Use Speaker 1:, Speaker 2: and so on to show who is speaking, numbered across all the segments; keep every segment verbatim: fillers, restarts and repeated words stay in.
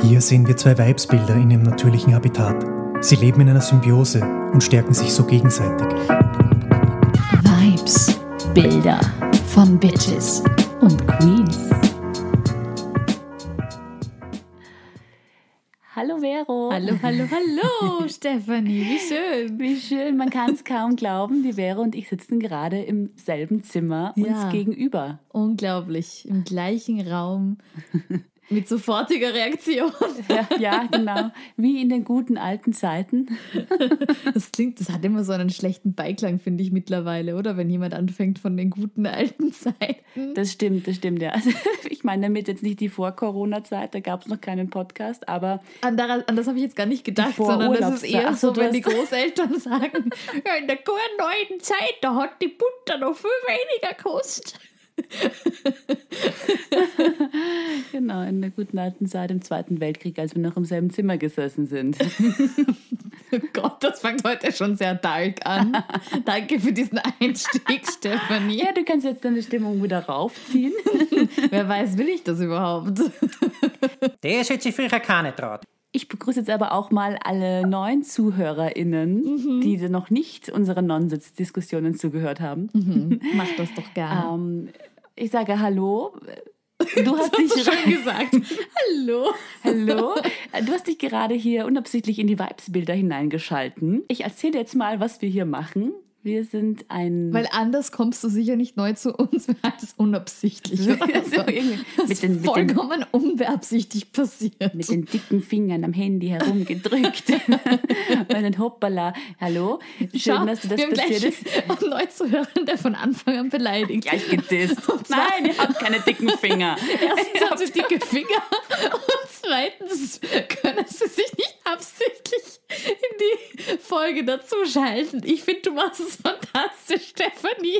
Speaker 1: Hier sehen wir zwei Weibsbilder in ihrem natürlichen Habitat. Sie leben in einer Symbiose und stärken sich so gegenseitig.
Speaker 2: Vibes-Bilder von Bitches und Queens. Hallo Vero.
Speaker 3: Hallo, hallo, hallo Stefanie, wie schön.
Speaker 2: Wie schön, man kann es kaum glauben. Die Vero und ich sitzen gerade im selben Zimmer uns
Speaker 3: Ja.
Speaker 2: gegenüber.
Speaker 3: Unglaublich, im gleichen Raum, mit sofortiger Reaktion.
Speaker 2: Ja, ja, genau. Wie in den guten alten Zeiten.
Speaker 3: Das klingt, das hat immer so einen schlechten Beiklang, finde ich mittlerweile, oder? Wenn jemand anfängt von den guten alten Zeiten.
Speaker 2: Das stimmt, das stimmt, ja. Also, ich meine damit jetzt nicht die Vor-Corona-Zeit, da gab es noch keinen Podcast, aber...
Speaker 3: An, daran, an das habe ich jetzt gar nicht gedacht,
Speaker 2: Die
Speaker 3: sondern das ist eher
Speaker 2: Ach so,
Speaker 3: so,
Speaker 2: du
Speaker 3: wenn
Speaker 2: hast-
Speaker 3: die Großeltern sagen, ja, in der guten alten Zeit, da hat die Butter noch viel weniger gekostet.
Speaker 2: Genau, in der guten alten Zeit im Zweiten Weltkrieg, als wir noch im selben Zimmer gesessen sind.
Speaker 3: Oh Gott, das fängt heute schon sehr dark an. Danke für diesen Einstieg, Stefanie.
Speaker 2: Ja, du kannst jetzt deine Stimmung wieder raufziehen.
Speaker 3: Wer weiß, will ich das überhaupt?
Speaker 4: Das hätte sich früher keiner traut.
Speaker 2: Ich begrüße jetzt aber auch mal alle neuen ZuhörerInnen, die noch nicht unseren Nonsens-Diskussionen zugehört haben.
Speaker 3: Mach das doch gerne.
Speaker 2: Ähm, ich sage Hallo. Du hast dich
Speaker 3: Hast du schön gesagt. Hallo.
Speaker 2: Hallo. Du hast dich gerade hier unabsichtlich in die Vibes-Bilder hineingeschalten. Ich erzähle jetzt mal, was wir hier machen. Wir sind ein...
Speaker 3: Weil anders kommst du sicher nicht neu zu uns, weil es unabsichtlich oder
Speaker 2: So
Speaker 3: so.
Speaker 2: irgendwie
Speaker 3: Das
Speaker 2: mit, den,
Speaker 3: ist
Speaker 2: mit, den,
Speaker 3: vollkommen unbeabsichtigt passiert.
Speaker 2: mit den dicken Fingern am Handy herumgedrückt. Und dann hoppala. Hallo. Schön,
Speaker 3: Schau,
Speaker 2: dass du das
Speaker 3: wir haben
Speaker 2: passiert
Speaker 3: gleich
Speaker 2: ist.
Speaker 3: einen Neuzuhörer, der von Anfang an beleidigt.
Speaker 2: Gleich gedisst.
Speaker 3: Und zwar-
Speaker 2: Nein, ihr habt keine dicken Finger.
Speaker 3: Erstens haben sie dicke Finger und zweitens können sie sich nicht absichtlich in die Folge dazuschalten. Ich finde, du machst es fantastisch, Stefanie.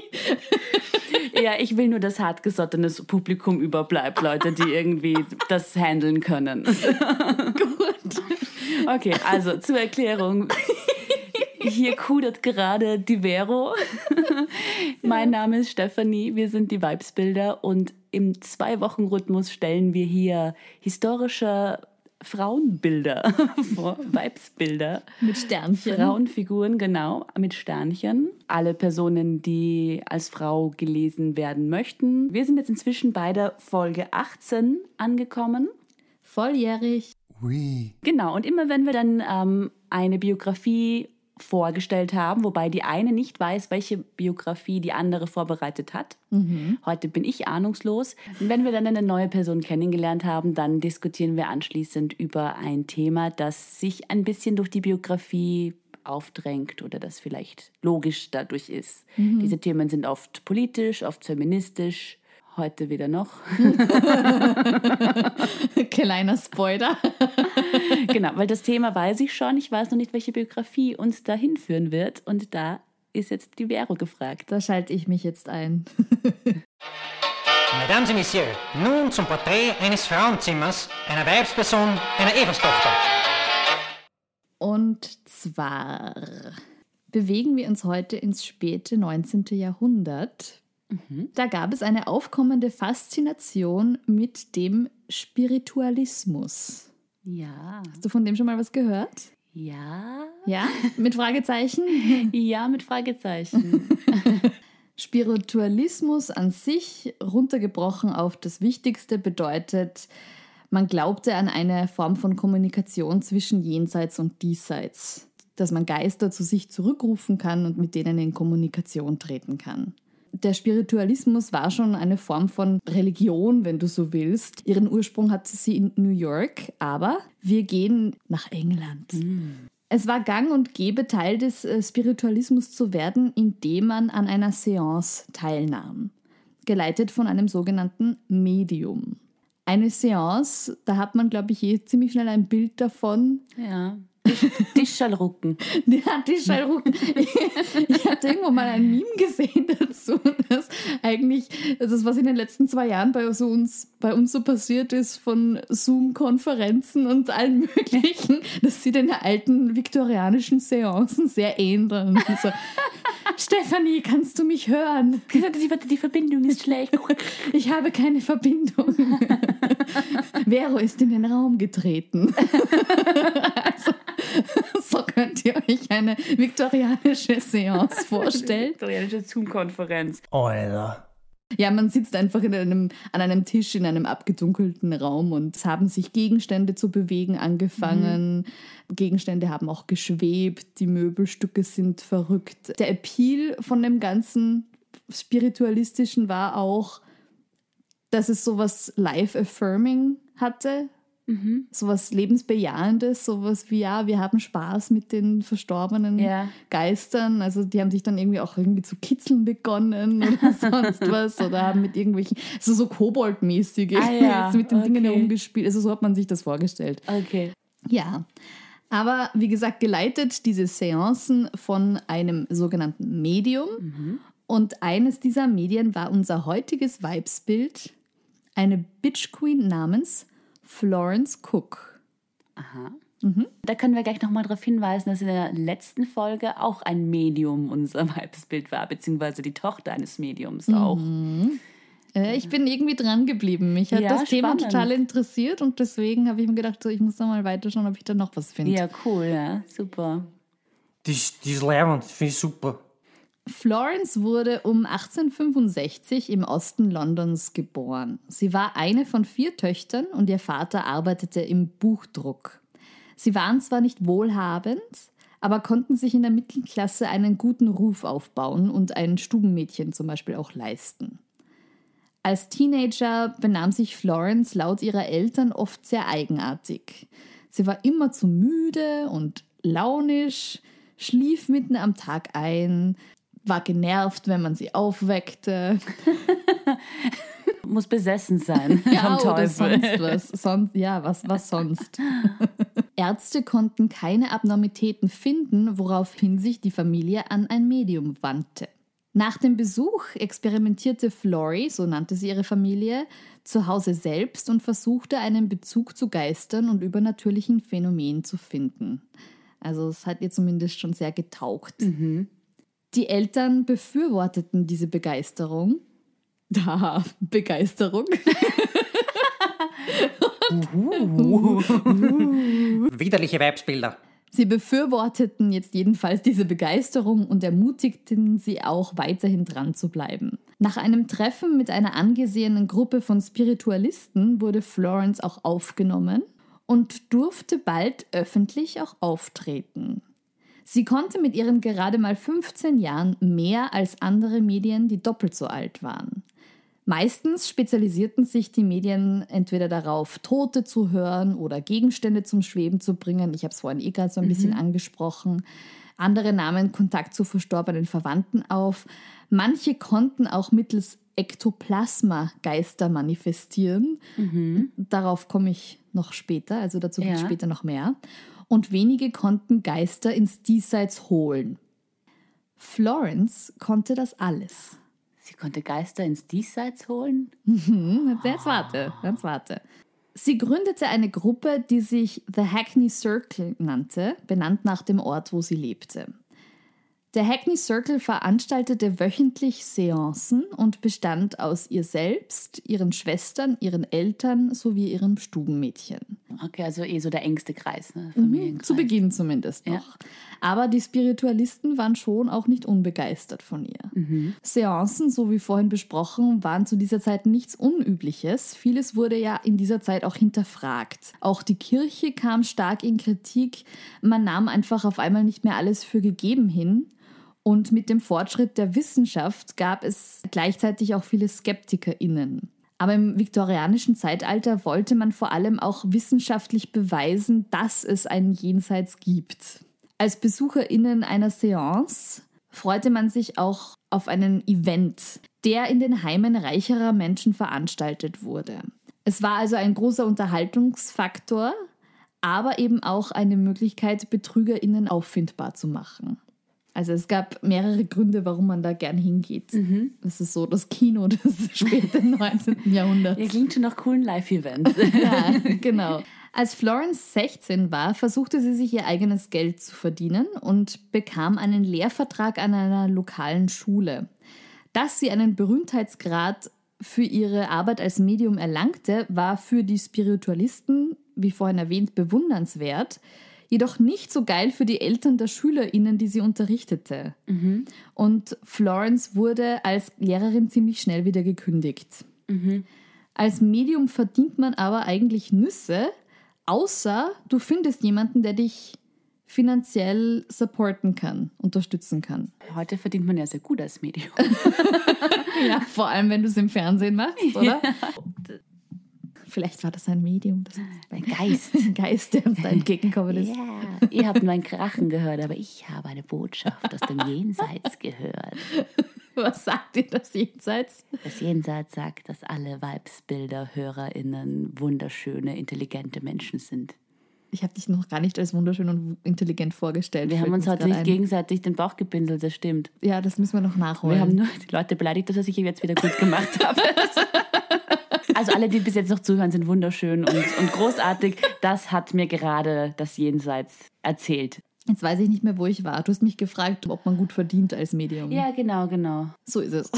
Speaker 2: Ja, ich will nur, dass hartgesottenes Publikum überbleibt, Leute, die irgendwie das handeln können.
Speaker 3: Gut.
Speaker 2: Okay, also zur Erklärung. Hier kudert gerade die Vero. Mein Name ist Stefanie, wir sind die Vibesbilder und im Zwei-Wochen-Rhythmus stellen wir hier historische Frauenbilder vor, Vibesbilder.
Speaker 3: Mit Sternchen.
Speaker 2: Frauenfiguren, genau, mit Sternchen. Alle Personen, die als Frau gelesen werden möchten. Wir sind jetzt inzwischen bei der Folge achtzehn angekommen.
Speaker 3: Volljährig.
Speaker 1: Ui.
Speaker 2: Genau, und immer wenn wir dann ähm, eine Biografie vorgestellt haben, wobei die eine nicht weiß, welche Biografie die andere vorbereitet hat. Heute bin ich ahnungslos. Und wenn wir dann eine neue Person kennengelernt haben, dann diskutieren wir anschließend über ein Thema, das sich ein bisschen durch die Biografie aufdrängt oder das vielleicht logisch dadurch ist. Diese Themen sind oft politisch, oft feministisch. Heute wieder noch.
Speaker 3: Kleiner Spoiler.
Speaker 2: Genau, weil das Thema weiß ich schon. Ich weiß noch nicht, welche Biografie uns dahin führen wird. Und da ist jetzt die Vero gefragt.
Speaker 3: Da schalte ich mich jetzt ein.
Speaker 4: Mesdames et Messieurs, nun zum Porträt eines Frauenzimmers, einer Weibsperson, einer Everstochter.
Speaker 3: Und zwar bewegen wir uns heute ins späte neunzehnte. Jahrhundert. Da gab es eine aufkommende Faszination mit dem Spiritualismus.
Speaker 2: Ja,
Speaker 3: Hast du von dem schon mal was gehört?
Speaker 2: ja,
Speaker 3: Ja? Mit Fragezeichen?
Speaker 2: ja, mit Fragezeichen.
Speaker 3: Spiritualismus an sich, runtergebrochen auf das Wichtigste, bedeutet, man glaubte an eine Form von Kommunikation zwischen Jenseits und Diesseits. Dass man Geister zu sich zurückrufen kann und mit denen in Kommunikation treten kann. Der Spiritualismus war schon eine Form von Religion, wenn du so willst. Ihren Ursprung hatte sie in New York, aber wir gehen nach England. Es war gang und gäbe, Teil des äh, Spiritualismus zu werden, indem man an einer Seance teilnahm, geleitet von einem sogenannten Medium. Eine Seance, da hat man, glaube ich, eh ziemlich schnell ein Bild davon.
Speaker 2: Ja, Tischschallrucken.
Speaker 3: Ja, die Schallrucken. Ich, ich hatte irgendwo mal ein Meme gesehen dazu, dass eigentlich das, was in den letzten zwei Jahren bei, so uns, bei uns so passiert ist, von Zoom-Konferenzen und allen möglichen, dass sie den alten viktorianischen Seancen sehr ähneln. So, Stefanie, kannst du mich hören?
Speaker 2: Die, die Verbindung ist schlecht.
Speaker 3: Ich habe keine Verbindung. Vero ist in den Raum getreten. Also, so könnt ihr euch eine viktorianische Seance vorstellen.
Speaker 2: Viktorianische Zoom-Konferenz.
Speaker 1: Alter.
Speaker 3: Ja, man sitzt einfach in einem, an einem Tisch in einem abgedunkelten Raum und es haben sich Gegenstände zu bewegen angefangen. Mhm. Gegenstände haben auch geschwebt, die Möbelstücke sind verrückt. Der Appeal von dem ganzen Spiritualistischen war auch, dass es sowas life-affirming hatte. Mhm. Sowas Lebensbejahendes, sowas wie, ja, wir haben Spaß mit den verstorbenen ja. Geistern. Also die haben sich dann irgendwie auch irgendwie zu kitzeln begonnen oder sonst was. Oder haben mit irgendwelchen, so, so Kobold-mäßige
Speaker 2: ah, ja.
Speaker 3: mit den
Speaker 2: okay.
Speaker 3: Dingen herumgespielt. Also so hat man sich das vorgestellt.
Speaker 2: Okay.
Speaker 3: Ja, aber wie gesagt, geleitet diese Seancen von einem sogenannten Medium. Mhm. Und eines dieser Medien war unser heutiges Weibsbild, eine Bitch Queen namens Florence Cook.
Speaker 2: Aha. Mhm. Da können wir gleich nochmal darauf hinweisen, dass in der letzten Folge auch ein Medium unser Weibsbild war, beziehungsweise die Tochter eines Mediums auch.
Speaker 3: Mhm. Äh, ich bin irgendwie dran geblieben. Mich hat
Speaker 2: ja,
Speaker 3: das Thema
Speaker 2: spannend.
Speaker 3: total interessiert und deswegen habe ich mir gedacht, so, ich muss da mal weiterschauen, ob ich da noch was finde.
Speaker 2: Ja, cool, ja, super.
Speaker 1: Das, das ist leibend, finde ich super.
Speaker 3: Florence wurde um achtzehnhundertfünfundsechzig im Osten Londons geboren. Sie war eine von vier Töchtern und ihr Vater arbeitete im Buchdruck. Sie waren zwar nicht wohlhabend, aber konnten sich in der Mittelklasse einen guten Ruf aufbauen und ein Stubenmädchen zum Beispiel auch leisten. Als Teenager benahm sich Florence laut ihrer Eltern oft sehr eigenartig. Sie war immer zu müde und launisch, schlief mitten am Tag ein, war genervt, wenn man sie aufweckte.
Speaker 2: Muss besessen sein
Speaker 3: ja,
Speaker 2: vom
Speaker 3: oder
Speaker 2: Teufel.
Speaker 3: sonst was. Sonst, ja, was, was sonst? Ärzte konnten keine Abnormitäten finden, woraufhin sich die Familie an ein Medium wandte. Nach dem Besuch experimentierte Florrie, so nannte sie ihre Familie, zu Hause selbst und versuchte, einen Bezug zu Geistern und übernatürlichen Phänomenen zu finden. Also es hat ihr zumindest schon sehr getaugt. Mhm. Die Eltern befürworteten diese Begeisterung. Da, Begeisterung.
Speaker 1: Uhu. Widerliche Weibsbilder.
Speaker 3: Sie befürworteten jetzt jedenfalls diese Begeisterung und ermutigten sie auch, weiterhin dran zu bleiben. Nach einem Treffen mit einer angesehenen Gruppe von Spiritualisten wurde Florence auch aufgenommen und durfte bald öffentlich auch auftreten. Sie konnte mit ihren gerade mal fünfzehn Jahren mehr als andere Medien, die doppelt so alt waren. Meistens spezialisierten sich die Medien entweder darauf, Tote zu hören oder Gegenstände zum Schweben zu bringen. Ich habe es vorhin eh gerade so ein mhm. bisschen angesprochen. Andere nahmen Kontakt zu verstorbenen Verwandten auf. Manche konnten auch mittels Ektoplasma Geister manifestieren. Mhm. Darauf komme ich noch später, also dazu gibt es ja. später noch mehr. Und wenige konnten Geister ins Diesseits holen. Florence konnte das alles.
Speaker 2: Sie konnte Geister ins Diesseits holen?
Speaker 3: Jetzt warte, jetzt warte. Sie gründete eine Gruppe, die sich The Hackney Circle nannte, benannt nach dem Ort, wo sie lebte. Der Hackney Circle veranstaltete wöchentlich Seancen und bestand aus ihr selbst, ihren Schwestern, ihren Eltern sowie ihrem Stubenmädchen.
Speaker 2: Okay, also eh so der engste Kreis, ne? Familienkreis.
Speaker 3: Mhm, zu Beginn zumindest noch. Ja. Aber die Spiritualisten waren schon auch nicht unbegeistert von ihr. Mhm. Seancen, so wie vorhin besprochen, waren zu dieser Zeit nichts Unübliches. Vieles wurde ja in dieser Zeit auch hinterfragt. Auch die Kirche kam stark in Kritik. Man nahm einfach auf einmal nicht mehr alles für gegeben hin. Und mit dem Fortschritt der Wissenschaft gab es gleichzeitig auch viele SkeptikerInnen. Aber im viktorianischen Zeitalter wollte man vor allem auch wissenschaftlich beweisen, dass es ein Jenseits gibt. Als BesucherInnen einer Seance freute man sich auch auf einen Event, der in den Heimen reicherer Menschen veranstaltet wurde. Es war also ein großer Unterhaltungsfaktor, aber eben auch eine Möglichkeit, BetrügerInnen auffindbar zu machen. Also es gab mehrere Gründe, warum man da gern hingeht. Mhm. Das ist so das Kino des späten neunzehnten Jahrhunderts.
Speaker 2: Ihr klingt schon nach coolen Live-Events.
Speaker 3: Ja, genau. Als Florence sechzehn war, versuchte sie sich ihr eigenes Geld zu verdienen und bekam einen Lehrvertrag an einer lokalen Schule. Dass sie einen Berühmtheitsgrad für ihre Arbeit als Medium erlangte, war für die Spiritualisten, wie vorhin erwähnt, bewundernswert, jedoch nicht so geil für die Eltern der SchülerInnen, die sie unterrichtete. Mhm. Und Florence wurde als Lehrerin ziemlich schnell wieder gekündigt. Mhm. Als Medium verdient man aber eigentlich Nüsse, außer du findest jemanden, der dich finanziell supporten kann, unterstützen kann.
Speaker 2: Heute verdient man ja sehr gut als Medium.
Speaker 3: Ja, vor allem, wenn du es im Fernsehen machst, oder? Ja. Vielleicht war das ein Medium. Das
Speaker 2: ein Geist.
Speaker 3: Ein Geist, der uns da entgegengekommen ist.
Speaker 2: Ja, ihr habt mein Krachen gehört, aber ich habe eine Botschaft aus dem Jenseits gehört.
Speaker 3: Was sagt dir das Jenseits?
Speaker 2: Das Jenseits sagt, dass alle Weibsbilder-HörerInnen wunderschöne, intelligente Menschen sind.
Speaker 3: Ich habe dich noch gar nicht als wunderschön und intelligent vorgestellt.
Speaker 2: Wir haben uns heute nicht ein. gegenseitig den Bauch gepinselt, das stimmt.
Speaker 3: Ja, das müssen wir noch nachholen.
Speaker 2: Wir haben nur die Leute beleidigt, dass ich jetzt wieder gut gemacht habe. Also alle, die bis jetzt noch zuhören, sind wunderschön und, und großartig. Das hat mir gerade das Jenseits erzählt.
Speaker 3: Jetzt weiß ich nicht mehr, wo ich war. Du hast mich gefragt, ob man gut verdient als Medium.
Speaker 2: Ja, genau, genau.
Speaker 3: So ist es.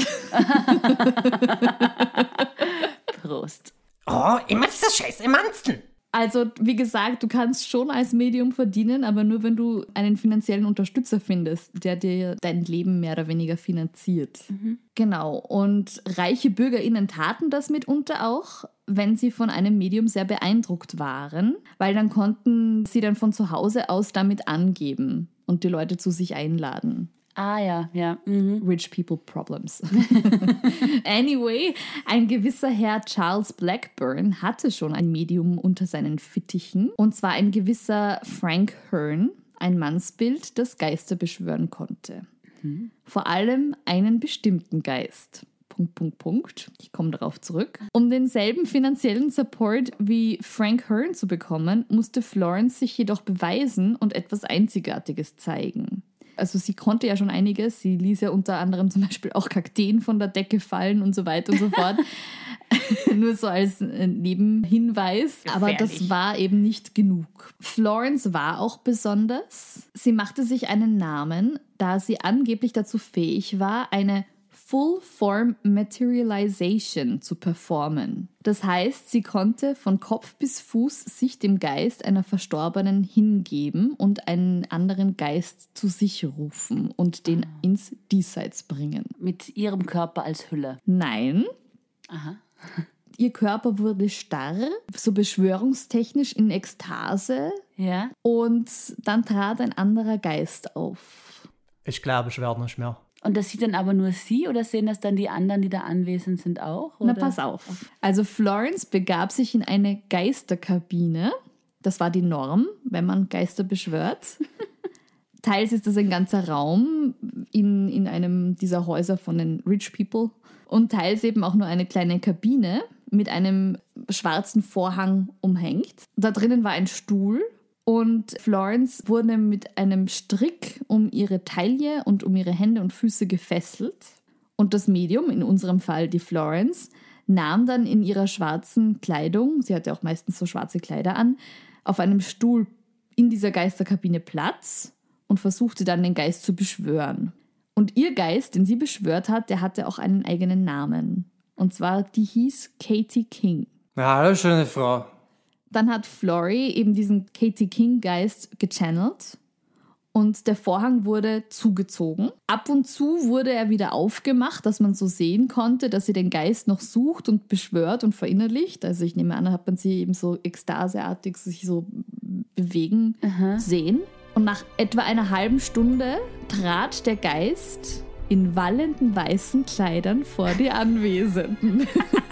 Speaker 2: Prost.
Speaker 4: Oh, immer dieser scheiß Emanzen.
Speaker 3: Also, wie gesagt, du kannst schon als Medium verdienen, aber nur, wenn du einen finanziellen Unterstützer findest, der dir dein Leben mehr oder weniger finanziert. Mhm. Genau. Und reiche BürgerInnen taten das mitunter auch, wenn sie von einem Medium sehr beeindruckt waren, weil dann konnten sie dann von zu Hause aus damit angeben und die Leute zu sich einladen.
Speaker 2: Ah ja, ja. Mhm.
Speaker 3: Rich people problems. Anyway, ein gewisser Herr Charles Blackburn hatte schon ein Medium unter seinen Fittichen. Und zwar ein gewisser Frank Hearn, ein Mannsbild, das Geister beschwören konnte. Mhm. Vor allem einen bestimmten Geist. Punkt, Punkt, Punkt. Ich komme darauf zurück. Um denselben finanziellen Support wie Frank Hearn zu bekommen, musste Florence sich jedoch beweisen und etwas Einzigartiges zeigen. Also sie konnte ja schon einiges. Sie ließ ja unter anderem zum Beispiel auch Kakteen von der Decke fallen und so weiter und so fort. Nur so als Nebenhinweis. Gefährlich. Aber das war eben nicht genug. Florence war auch besonders. Sie machte sich einen Namen, da sie angeblich dazu fähig war, eine Full-Form Materialization zu performen. Das heißt, sie konnte von Kopf bis Fuß sich dem Geist einer Verstorbenen hingeben und einen anderen Geist zu sich rufen und den ins Diesseits bringen.
Speaker 2: Mit ihrem Körper als Hülle?
Speaker 3: Nein.
Speaker 2: Aha.
Speaker 3: Ihr Körper wurde starr, so beschwörungstechnisch in Ekstase.
Speaker 2: Ja.
Speaker 3: Und dann trat ein anderer Geist auf.
Speaker 1: Ich glaube, ich werde nicht mehr.
Speaker 2: Und das sieht dann aber nur sie oder sehen das dann die anderen, die da anwesend sind, auch? Oder?
Speaker 3: Na, pass auf. Also Florence begab sich in eine Geisterkabine. Das war die Norm, wenn man Geister beschwört. Teils ist das ein ganzer Raum in, in einem dieser Häuser von den Rich People. Und teils eben auch nur eine kleine Kabine mit einem schwarzen Vorhang umhängt. Da drinnen war ein Stuhl. Und Florence wurde mit einem Strick um ihre Taille und um ihre Hände und Füße gefesselt. Und das Medium, in unserem Fall die Florence, nahm dann in ihrer schwarzen Kleidung, sie hatte auch meistens so schwarze Kleider an, auf einem Stuhl in dieser Geisterkabine Platz und versuchte dann den Geist zu beschwören. Und ihr Geist, den sie beschwört hat, der hatte auch einen eigenen Namen. Und zwar, die hieß Katie King.
Speaker 1: Ja, hallo, schöne Frau.
Speaker 3: Dann hat Florrie eben diesen Katie King-Geist gechannelt und der Vorhang wurde zugezogen. Ab und zu wurde er wieder aufgemacht, dass man so sehen konnte, dass sie den Geist noch sucht und beschwört und verinnerlicht. Also ich nehme an, da hat man sie eben so ekstaseartig sich so bewegen Aha. sehen. Und nach etwa einer halben Stunde trat der Geist in wallenden weißen Kleidern vor die Anwesenden.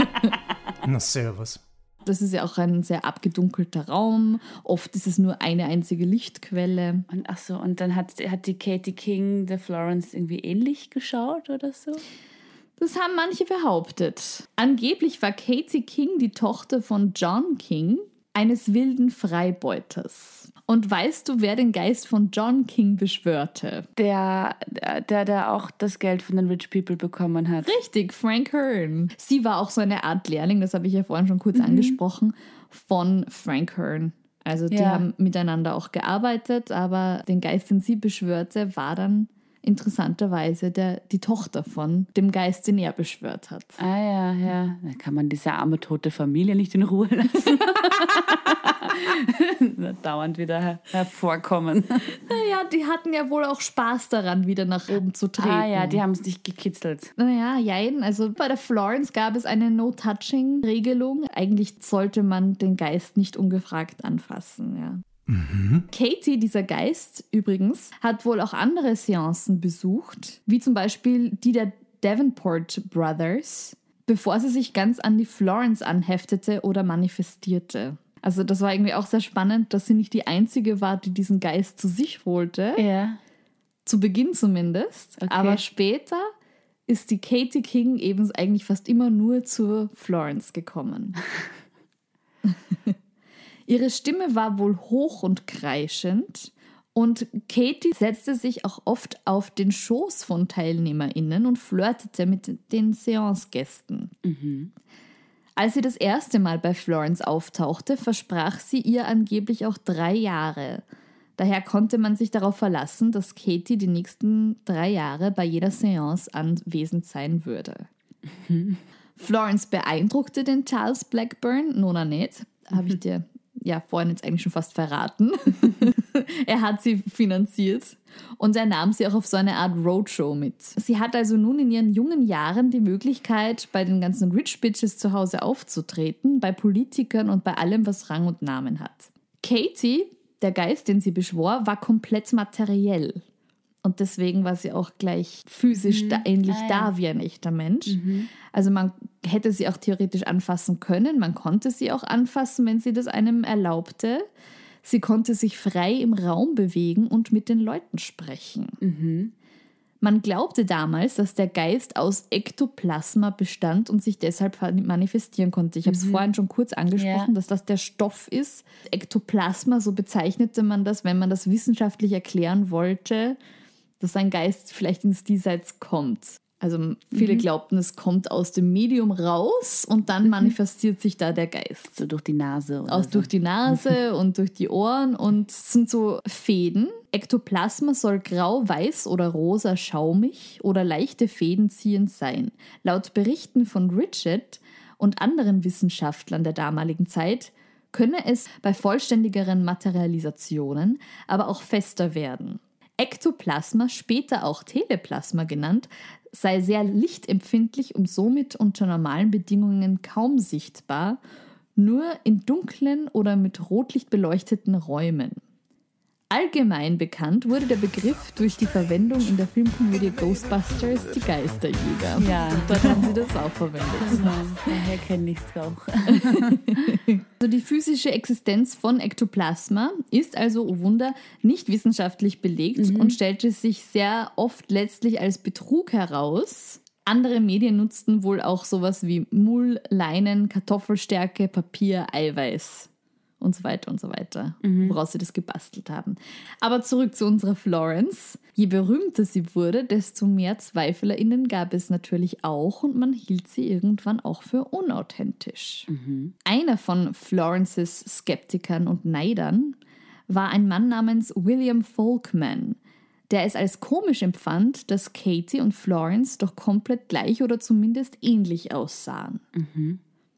Speaker 1: Na, servus.
Speaker 3: Das ist ja auch ein sehr abgedunkelter Raum. Oft ist es nur eine einzige Lichtquelle.
Speaker 2: Und ach so, und dann hat, hat die Katie King der Florence irgendwie ähnlich geschaut oder so?
Speaker 3: Das haben manche behauptet. Angeblich war Katie King die Tochter von John King, eines wilden Freibeuters. Und weißt du, wer den Geist von John King beschwörte?
Speaker 2: Der, der, der auch das Geld von den Rich People bekommen hat.
Speaker 3: Richtig, Frank Hearn. Sie war auch so eine Art Lehrling, das habe ich ja vorhin schon kurz mhm. angesprochen, von Frank Hearn. Also die ja. haben miteinander auch gearbeitet, aber den Geist, den sie beschwörte, war dann interessanterweise der, die Tochter von dem Geist, den er beschwört hat.
Speaker 2: Ah ja, ja. Da kann man diese arme, tote Familie nicht in Ruhe lassen. Dauernd wieder her- hervorkommen.
Speaker 3: Naja, die hatten ja wohl auch Spaß daran, wieder nach oben zu treten.
Speaker 2: Ah ja, die haben es nicht gekitzelt.
Speaker 3: Naja, jein. Also bei der Florence gab es eine No-Touching-Regelung. Eigentlich sollte man den Geist nicht ungefragt anfassen, ja. Mhm. Katie, dieser Geist übrigens, hat wohl auch andere Seancen besucht, wie zum Beispiel die der Davenport Brothers, bevor sie sich ganz an die Florence anheftete oder manifestierte. Also das war irgendwie auch sehr spannend, dass sie nicht die Einzige war, die diesen Geist zu sich holte.
Speaker 2: Ja.
Speaker 3: Zu Beginn zumindest.
Speaker 2: Okay.
Speaker 3: Aber später ist die Katie King eben eigentlich fast immer nur zur Florence gekommen. Ihre Stimme war wohl hoch und kreischend und Katie setzte sich auch oft auf den Schoß von TeilnehmerInnen und flirtete mit den Seance-Gästen. Mhm. Als sie das erste Mal bei Florence auftauchte, versprach sie ihr angeblich auch drei Jahre. Daher konnte man sich darauf verlassen, dass Katie die nächsten drei Jahre bei jeder Seance anwesend sein würde. Mhm. Florence beeindruckte den Charles Blackburn, Nona nicht, habe mhm. ich dir ja vorhin jetzt eigentlich schon fast verraten. Er hat sie finanziert und er nahm sie auch auf so eine Art Roadshow mit. Sie hat also nun in ihren jungen Jahren die Möglichkeit, bei den ganzen Rich Bitches zu Hause aufzutreten, bei Politikern und bei allem, was Rang und Namen hat. Katie, der Geist, den sie beschwor, war komplett materiell. Und deswegen war sie auch gleich physisch mhm. da, ähnlich ah, ja. da wie ein echter Mensch. Mhm. Also man hätte sie auch theoretisch anfassen können. Man konnte sie auch anfassen, wenn sie das einem erlaubte. Sie konnte sich frei im Raum bewegen und mit den Leuten sprechen. Mhm. Man glaubte damals, dass der Geist aus Ektoplasma bestand und sich deshalb manifestieren konnte. Ich habe es mhm. vorhin schon kurz angesprochen, ja. dass das der Stoff ist. Ektoplasma, so bezeichnete man das, wenn man das wissenschaftlich erklären wollte, dass ein Geist vielleicht ins Diesseits kommt. Also viele mhm. glaubten, es kommt aus dem Medium raus und dann mhm. manifestiert sich da der Geist.
Speaker 2: So durch die Nase. Oder
Speaker 3: aus
Speaker 2: so.
Speaker 3: Durch die Nase und durch die Ohren und es sind so Fäden. Ektoplasma soll grau, weiß oder rosa schaumig oder leichte Fäden ziehend sein. Laut Berichten von Richard und anderen Wissenschaftlern der damaligen Zeit könne es bei vollständigeren Materialisationen aber auch fester werden. Ektoplasma, später auch Teleplasma genannt, sei sehr lichtempfindlich und somit unter normalen Bedingungen kaum sichtbar, nur in dunklen oder mit Rotlicht beleuchteten Räumen. Allgemein bekannt wurde der Begriff durch die Verwendung in der Filmkomödie Ghostbusters, die Geisterjäger.
Speaker 2: Ja,
Speaker 3: dort haben sie das auch verwendet.
Speaker 2: Genau, daher kenne ich es auch.
Speaker 3: Also die physische Existenz von Ektoplasma ist also, oh Wunder, nicht wissenschaftlich belegt mhm. und stellte sich sehr oft letztlich als Betrug heraus. Andere Medien nutzten wohl auch sowas wie Mull, Leinen, Kartoffelstärke, Papier, Eiweiß und so weiter und so weiter, mhm. woraus sie das gebastelt haben. Aber zurück zu unserer Florence. Je berühmter sie wurde, desto mehr ZweiflerInnen gab es natürlich auch und man hielt sie irgendwann auch für unauthentisch. Mhm. Einer von Florences Skeptikern und Neidern war ein Mann namens William Folkman, der es als komisch empfand, dass Katie und Florence doch komplett gleich oder zumindest ähnlich aussahen. Mhm.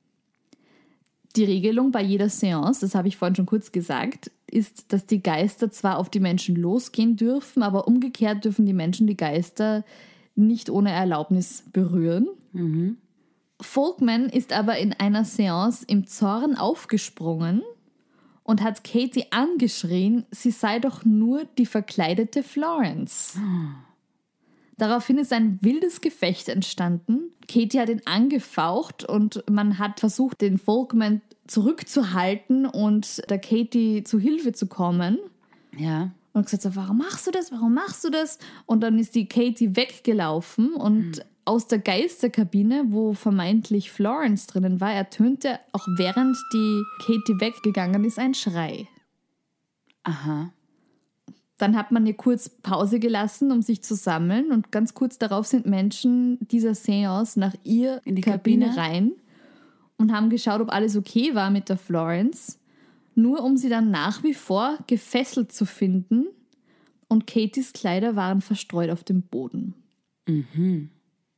Speaker 3: Die Regelung bei jeder Seance, das habe ich vorhin schon kurz gesagt, ist, dass die Geister zwar auf die Menschen losgehen dürfen, aber umgekehrt dürfen die Menschen die Geister nicht ohne Erlaubnis berühren. Mhm. Folkman ist aber in einer Seance im Zorn aufgesprungen und hat Katie angeschrien, sie sei doch nur die verkleidete Florence. Oh. Daraufhin ist ein wildes Gefecht entstanden. Katie hat ihn angefaucht und man hat versucht, den Folkman zurückzuhalten und der Katie zu Hilfe zu kommen.
Speaker 2: Ja.
Speaker 3: Und gesagt so, warum machst du das? Warum machst du das? Und dann ist die Katie weggelaufen und mhm. aus der Geisterkabine, wo vermeintlich Florence drinnen war, ertönte auch während die Katie weggegangen ist ein Schrei.
Speaker 2: Aha.
Speaker 3: Dann hat man ihr kurz Pause gelassen, um sich zu sammeln. Und ganz kurz darauf sind Menschen dieser Seance nach ihr in die Kabine, Kabine rein und haben geschaut, ob alles okay war mit der Florence. Nur um sie dann nach wie vor gefesselt zu finden und Katies Kleider waren verstreut auf dem Boden.
Speaker 2: Mhm.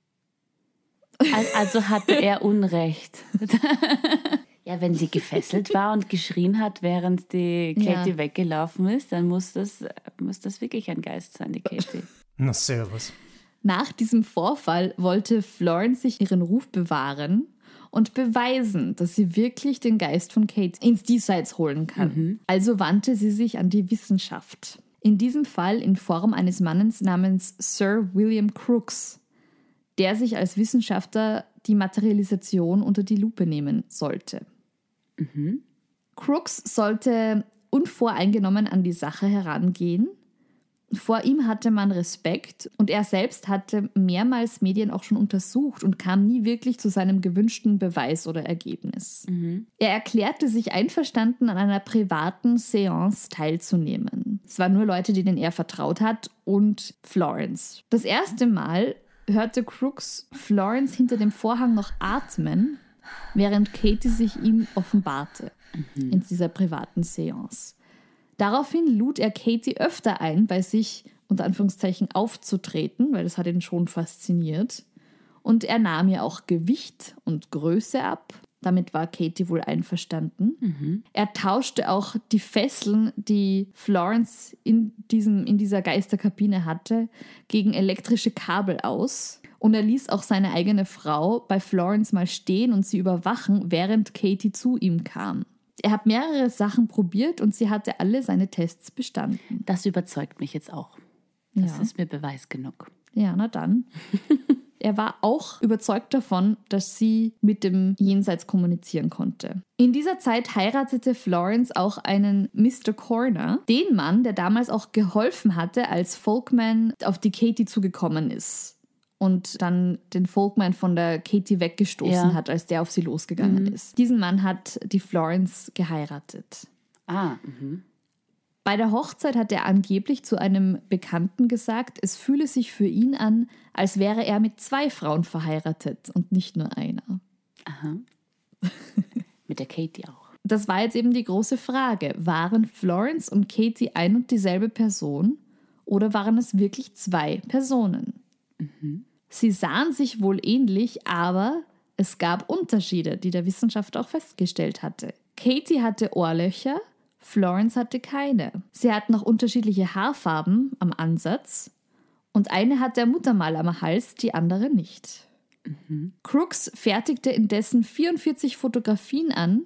Speaker 2: Also hatte er Unrecht. Ja, wenn sie gefesselt war und geschrien hat, während die Katie ja. weggelaufen ist, dann muss das, muss das wirklich ein Geist sein, die Katie.
Speaker 1: Na, servus.
Speaker 3: Nach diesem Vorfall wollte Florence sich ihren Ruf bewahren und beweisen, dass sie wirklich den Geist von Katie ins Diesseits holen kann. Mhm. Also wandte sie sich an die Wissenschaft. In diesem Fall in Form eines Mannes namens Sir William Crookes, der sich als Wissenschaftler die Materialisation unter die Lupe nehmen sollte. Mhm. Crookes sollte unvoreingenommen an die Sache herangehen. Vor ihm hatte man Respekt und er selbst hatte mehrmals Medien auch schon untersucht und kam nie wirklich zu seinem gewünschten Beweis oder Ergebnis. Mhm. Er erklärte sich einverstanden, an einer privaten Seance teilzunehmen. Es waren nur Leute, denen er vertraut hat und Florence. Das erste Mal hörte Crookes Florence hinter dem Vorhang noch atmen, während Katie sich ihm offenbarte mhm. in dieser privaten Seance. Daraufhin lud er Katie öfter ein, bei sich unter Anführungszeichen aufzutreten, weil das hat ihn schon fasziniert. Und er nahm ihr auch Gewicht und Größe ab. Damit war Katie wohl einverstanden. Mhm. Er tauschte auch die Fesseln, die Florence in, diesem, in dieser Geisterkabine hatte, gegen elektrische Kabel aus. Und er ließ auch seine eigene Frau bei Florence mal stehen und sie überwachen, während Katie zu ihm kam. Er hat mehrere Sachen probiert und sie hatte alle seine Tests bestanden.
Speaker 2: Das überzeugt mich jetzt auch. Das ja. ist mir Beweis genug.
Speaker 3: Ja, na dann. Er war auch überzeugt davon, dass sie mit dem Jenseits kommunizieren konnte. In dieser Zeit heiratete Florence auch einen Mister Corner, den Mann, der damals auch geholfen hatte, als Folkman auf die Katie zugekommen ist. Und dann den Folkman von der Katie weggestoßen ja. hat, als der auf sie losgegangen mhm. ist. Diesen Mann hat die Florence geheiratet.
Speaker 2: Ah, mhm.
Speaker 3: Bei der Hochzeit hat er angeblich zu einem Bekannten gesagt, es fühle sich für ihn an, als wäre er mit zwei Frauen verheiratet und nicht nur einer.
Speaker 2: Aha. Mit der Katie auch.
Speaker 3: Das war jetzt eben die große Frage. Waren Florence und Katie ein und dieselbe Person oder waren es wirklich zwei Personen? Mhm. Sie sahen sich wohl ähnlich, aber es gab Unterschiede, die der Wissenschaftler auch festgestellt hatte. Katie hatte Ohrlöcher, Florence hatte keine. Sie hatten auch unterschiedliche Haarfarben am Ansatz und eine hatte ein Muttermal am Hals, die andere nicht. Mhm. Crookes fertigte indessen vierundvierzig Fotografien an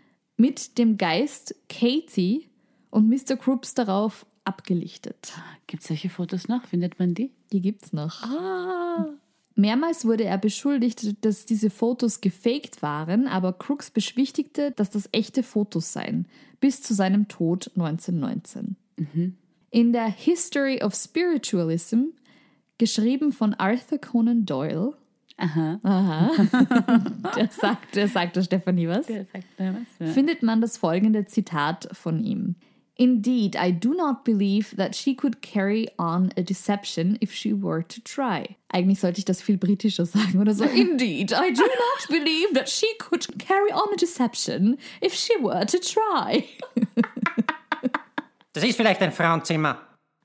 Speaker 3: mit dem Geist Katie und Mister Crookes darauf abgelichtet.
Speaker 2: Gibt es solche Fotos noch? Findet man die?
Speaker 3: Die gibt's noch.
Speaker 2: Ah.
Speaker 3: Mehrmals wurde er beschuldigt, dass diese Fotos gefaked waren, aber Crookes beschwichtigte, dass das echte Fotos seien, bis zu seinem Tod neunzehnhundertneunzehn. Mhm. In der History of Spiritualism, geschrieben von Arthur Conan Doyle,
Speaker 2: Aha.
Speaker 3: Aha. der sagt, der sagt der Stefanie was,
Speaker 2: der sagt mir was ja.
Speaker 3: findet man das folgende Zitat von ihm. Indeed, I do not believe that she could carry on a deception if she were to try. Eigentlich sollte ich das viel britischer sagen oder so. Indeed, I do not believe that she could carry on a deception if she were to try.
Speaker 4: Das ist vielleicht ein Frauenzimmer.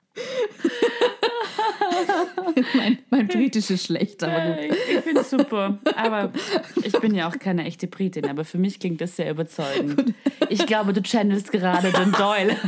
Speaker 3: mein, mein Britisch ist schlecht, aber gut.
Speaker 2: Ich, ich finde es super. Aber ich bin ja auch keine echte Britin, aber für mich klingt das sehr überzeugend. Ich glaube, du channelst gerade den Doyle.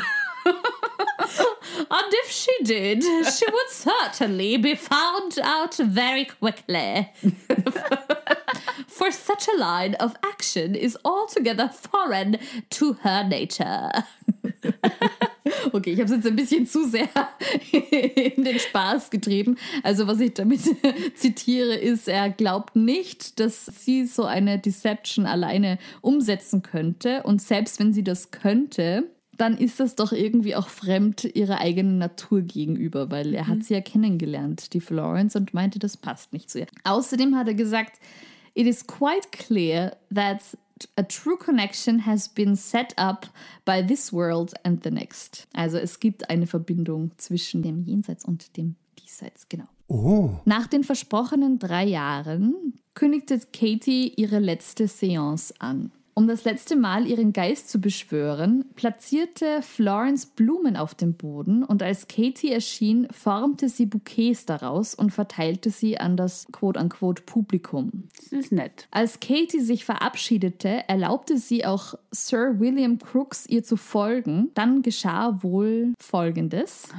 Speaker 3: And if she did, she would certainly be found out very quickly. For such a line of action is altogether foreign to her nature. Okay, ich habe es jetzt ein bisschen zu sehr in den Spaß getrieben. Also was ich damit zitiere, ist, er glaubt nicht, dass sie so eine Deception alleine umsetzen könnte. Und selbst wenn sie das könnte, dann ist das doch irgendwie auch fremd ihrer eigenen Natur gegenüber, weil er hat sie ja kennengelernt, die Florence, und meinte, das passt nicht zu ihr. Außerdem hat er gesagt, it is quite clear that a true connection has been set up by this world and the next. Also es gibt eine Verbindung zwischen dem Jenseits und dem Diesseits, genau.
Speaker 1: Oh.
Speaker 3: Nach den versprochenen drei Jahren kündigte Katie ihre letzte Seance an. Um das letzte Mal ihren Geist zu beschwören, platzierte Florence Blumen auf dem Boden und als Katie erschien, formte sie Bouquets daraus und verteilte sie an das quote-unquote Publikum.
Speaker 2: Das ist nett.
Speaker 3: Als Katie sich verabschiedete, erlaubte sie auch Sir William Crooks, ihr zu folgen. Dann geschah wohl Folgendes.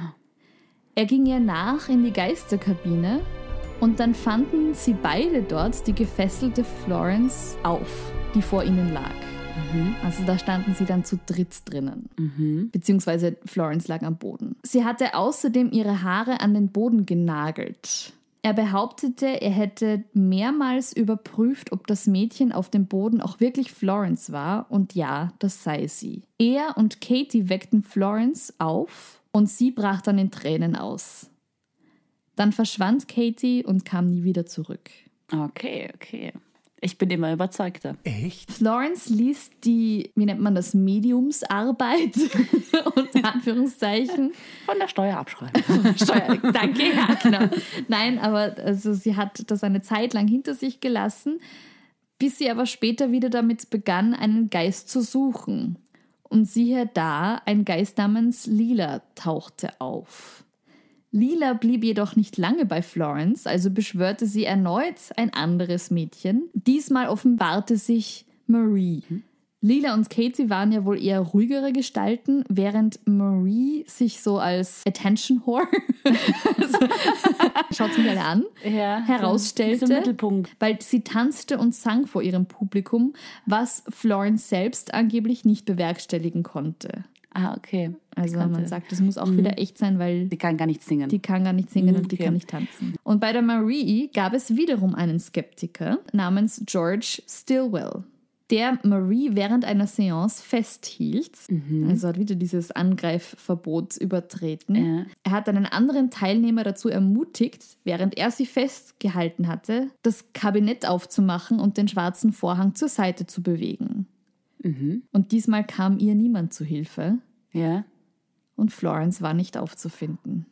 Speaker 3: Er ging ihr nach in die Geisterkabine und dann fanden sie beide dort die gefesselte Florence auf, die vor ihnen lag. Mhm. Also da standen sie dann zu dritt drinnen. Mhm. Beziehungsweise Florence lag am Boden. Sie hatte außerdem ihre Haare an den Boden genagelt. Er behauptete, er hätte mehrmals überprüft, ob das Mädchen auf dem Boden auch wirklich Florence war. Und ja, das sei sie. Er und Katie weckten Florence auf und sie brach dann in Tränen aus. Dann verschwand Katie und kam nie wieder zurück.
Speaker 2: Okay, okay. Ich bin immer überzeugter.
Speaker 1: Echt?
Speaker 3: Florence ließ die, wie nennt man das, Mediumsarbeit, unter Anführungszeichen.
Speaker 2: Von der Steuer abschreiben.
Speaker 3: Steuer, danke, ja, genau. Nein, aber also sie hat das eine Zeit lang hinter sich gelassen, bis sie aber später wieder damit begann, einen Geist zu suchen. Und siehe da, ein Geist namens Lila tauchte auf. Lila blieb jedoch nicht lange bei Florence, also beschwörte sie erneut ein anderes Mädchen. Diesmal offenbarte sich Marie. Lila und Katie waren ja wohl eher ruhigere Gestalten, während Marie sich so als Attention Whore, also, schaut sich alle an,
Speaker 2: ja,
Speaker 3: herausstellte,
Speaker 2: zum Mittelpunkt.
Speaker 3: Weil sie tanzte und sang vor ihrem Publikum, was Florence selbst angeblich nicht bewerkstelligen konnte.
Speaker 2: Ah, okay.
Speaker 3: Also man sagt, das muss auch mhm. wieder echt sein, weil
Speaker 2: die kann gar nicht singen.
Speaker 3: Die kann gar nicht singen
Speaker 2: mhm,
Speaker 3: und die
Speaker 2: okay.
Speaker 3: kann nicht tanzen. Und bei der Marie gab es wiederum einen Skeptiker namens George Stilwell, der Marie während einer Seance festhielt. Mhm. Also hat wieder dieses Angreifverbot übertreten. Ja. Er hat einen anderen Teilnehmer dazu ermutigt, während er sie festgehalten hatte, das Kabinett aufzumachen und den schwarzen Vorhang zur Seite zu bewegen. Mhm. Und diesmal kam ihr niemand zu Hilfe.
Speaker 2: Ja.
Speaker 3: Und Florence war nicht aufzufinden.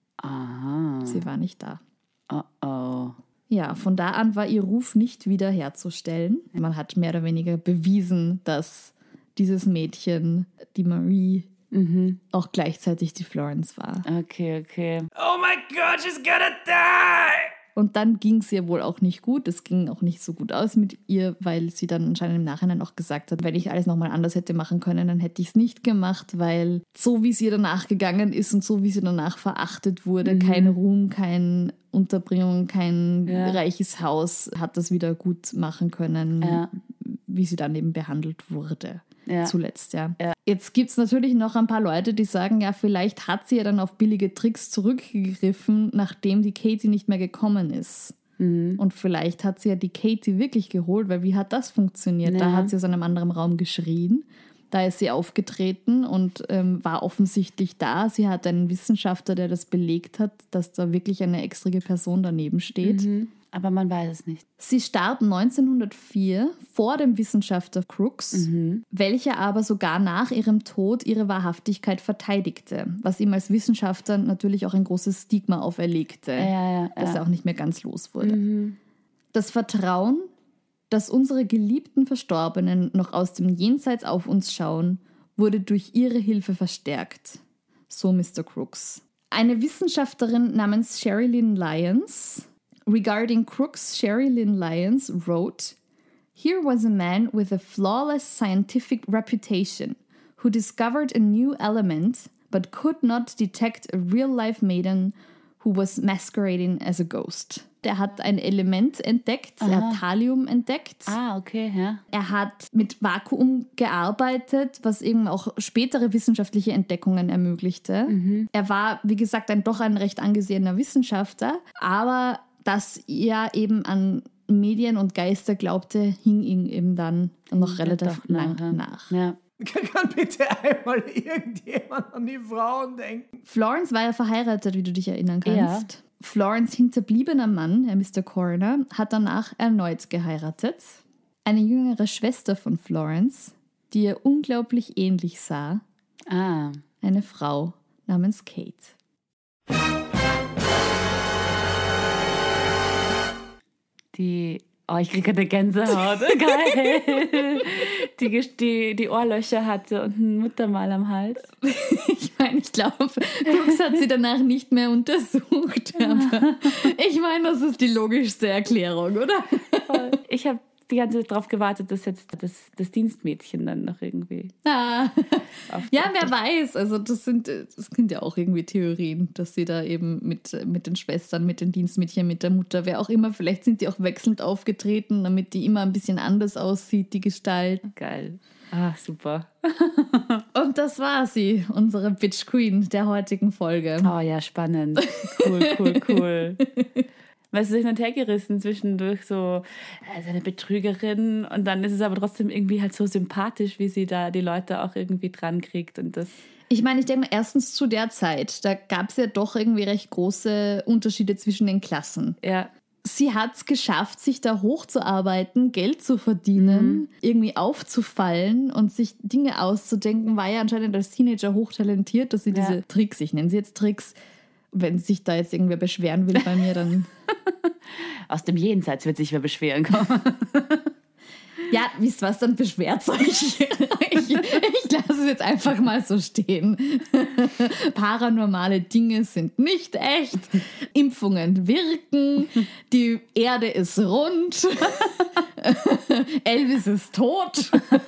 Speaker 2: Aha.
Speaker 3: Sie war nicht da.
Speaker 2: Oh oh.
Speaker 3: Ja, von da an war ihr Ruf nicht wiederherzustellen. Man hat mehr oder weniger bewiesen, dass dieses Mädchen, die Marie, mhm. auch gleichzeitig die Florence war.
Speaker 2: Okay, okay.
Speaker 1: Oh my God, she's gonna die!
Speaker 3: Und dann ging es ihr wohl auch nicht gut. Es ging auch nicht so gut aus mit ihr, weil sie dann anscheinend im Nachhinein auch gesagt hat, wenn ich alles nochmal anders hätte machen können, dann hätte ich es nicht gemacht, weil so wie es ihr danach gegangen ist und so wie sie danach verachtet wurde, mhm. kein Ruhm, keine Unterbringung, kein ja. reiches Haus, hat das wieder gut machen können, ja. wie sie dann eben behandelt wurde. Ja. Zuletzt, ja. ja. Jetzt gibt es natürlich noch ein paar Leute, die sagen, ja, vielleicht hat sie ja dann auf billige Tricks zurückgegriffen, nachdem die Katie nicht mehr gekommen ist. Mhm. Und vielleicht hat sie ja die Katie wirklich geholt, weil wie hat das funktioniert? Ja. Da hat sie aus einem anderen Raum geschrien. Da ist sie aufgetreten und ähm, war offensichtlich da. Sie hat einen Wissenschaftler, der das belegt hat, dass da wirklich eine extrige Person daneben steht.
Speaker 2: Mhm. Aber man weiß es nicht.
Speaker 3: Sie starb neunzehnhundertvier vor dem Wissenschaftler Crooks, mhm. welcher aber sogar nach ihrem Tod ihre Wahrhaftigkeit verteidigte, was ihm als Wissenschaftler natürlich auch ein großes Stigma auferlegte,
Speaker 2: ja, ja, ja.
Speaker 3: dass er auch nicht mehr ganz los wurde.
Speaker 2: Mhm.
Speaker 3: Das Vertrauen, dass unsere geliebten Verstorbenen noch aus dem Jenseits auf uns schauen, wurde durch ihre Hilfe verstärkt. So Mister Crooks. Eine Wissenschaftlerin namens Sherilyn Lyons regarding Crooks, Sherilyn Lyons wrote, "Here was a man with a flawless scientific reputation who discovered a new element but could not detect a real-life maiden who was masquerading as a ghost." Der hat ein Element entdeckt, Aha. er hat Thallium entdeckt.
Speaker 2: Ah, okay, ja.
Speaker 3: Er hat mit Vakuum gearbeitet, was eben auch spätere wissenschaftliche Entdeckungen ermöglichte. Mhm. Er war, wie gesagt, ein doch ein recht angesehener Wissenschaftler, aber dass er eben an Medien und Geister glaubte, hing ihm eben dann noch relativ lang nach. nach.
Speaker 2: Ja.
Speaker 1: Kann bitte einmal irgendjemand an die Frauen denken?
Speaker 3: Florence war ja verheiratet, wie du dich erinnern kannst. Ja. Florence' hinterbliebener Mann, Herr Mister Coroner, hat danach erneut geheiratet. Eine jüngere Schwester von Florence, die ihr unglaublich ähnlich sah.
Speaker 2: Ah.
Speaker 3: Eine Frau namens Kate.
Speaker 2: Die Oh, ich kriege eine Gänsehaut. Geil. Die, die, die Ohrlöcher hatte und ein Muttermal am Hals.
Speaker 3: Ich meine, ich glaube, Crooks hat sie danach nicht mehr untersucht. Aber ich meine, das ist die logischste Erklärung, oder?
Speaker 2: Ich habe die ganze Zeit darauf gewartet, dass jetzt das, das Dienstmädchen dann noch irgendwie...
Speaker 3: Ah. Ja, wer weiß. Also das sind, das sind ja auch irgendwie Theorien, dass sie da eben mit, mit den Schwestern, mit den Dienstmädchen, mit der Mutter, wer auch immer, vielleicht sind die auch wechselnd aufgetreten, damit die immer ein bisschen anders aussieht, die Gestalt.
Speaker 2: Geil. Ah, super.
Speaker 3: Und das war sie, unsere Bitch Queen der heutigen Folge.
Speaker 2: Oh ja, spannend. Cool, cool, cool. Weißt du, hin und her gerissen zwischendurch so, also eine Betrügerin und dann ist es aber trotzdem irgendwie halt so sympathisch, wie sie da die Leute auch irgendwie dran kriegt und das...
Speaker 3: Ich meine, ich denke erstens zu der Zeit, da gab es ja doch irgendwie recht große Unterschiede zwischen den Klassen.
Speaker 2: Ja.
Speaker 3: Sie hat es geschafft, sich da hochzuarbeiten, Geld zu verdienen, mhm. irgendwie aufzufallen und sich Dinge auszudenken, war ja anscheinend als Teenager hochtalentiert, dass sie ja. diese Tricks, ich nenne sie jetzt Tricks, wenn sich da jetzt irgendwer beschweren will bei mir, dann...
Speaker 2: Aus dem Jenseits wird sich wer beschweren kommen.
Speaker 3: Ja, wisst was, dann beschwert euch. ich, ich lasse es jetzt einfach mal so stehen. Paranormale Dinge sind nicht echt. Impfungen wirken. Die Erde ist rund. Elvis ist tot.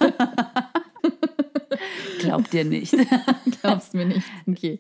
Speaker 2: Glaubt ihr nicht.
Speaker 3: Glaubst mir nicht. Okay.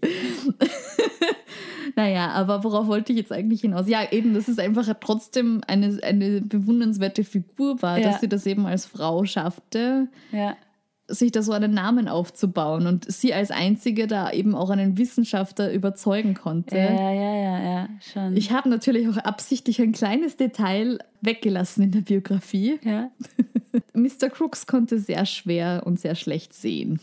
Speaker 3: Naja, aber worauf wollte ich jetzt eigentlich hinaus? Ja, eben, dass es einfach trotzdem eine, eine bewundernswerte Figur war, ja. dass sie das eben als Frau schaffte,
Speaker 2: ja.
Speaker 3: sich da so einen Namen aufzubauen und sie als Einzige da eben auch einen Wissenschaftler überzeugen konnte.
Speaker 2: Ja, ja, ja, ja, schon.
Speaker 3: Ich habe natürlich auch absichtlich ein kleines Detail weggelassen in der Biografie.
Speaker 2: Ja.
Speaker 3: Mister Crooks konnte sehr schwer und sehr schlecht sehen.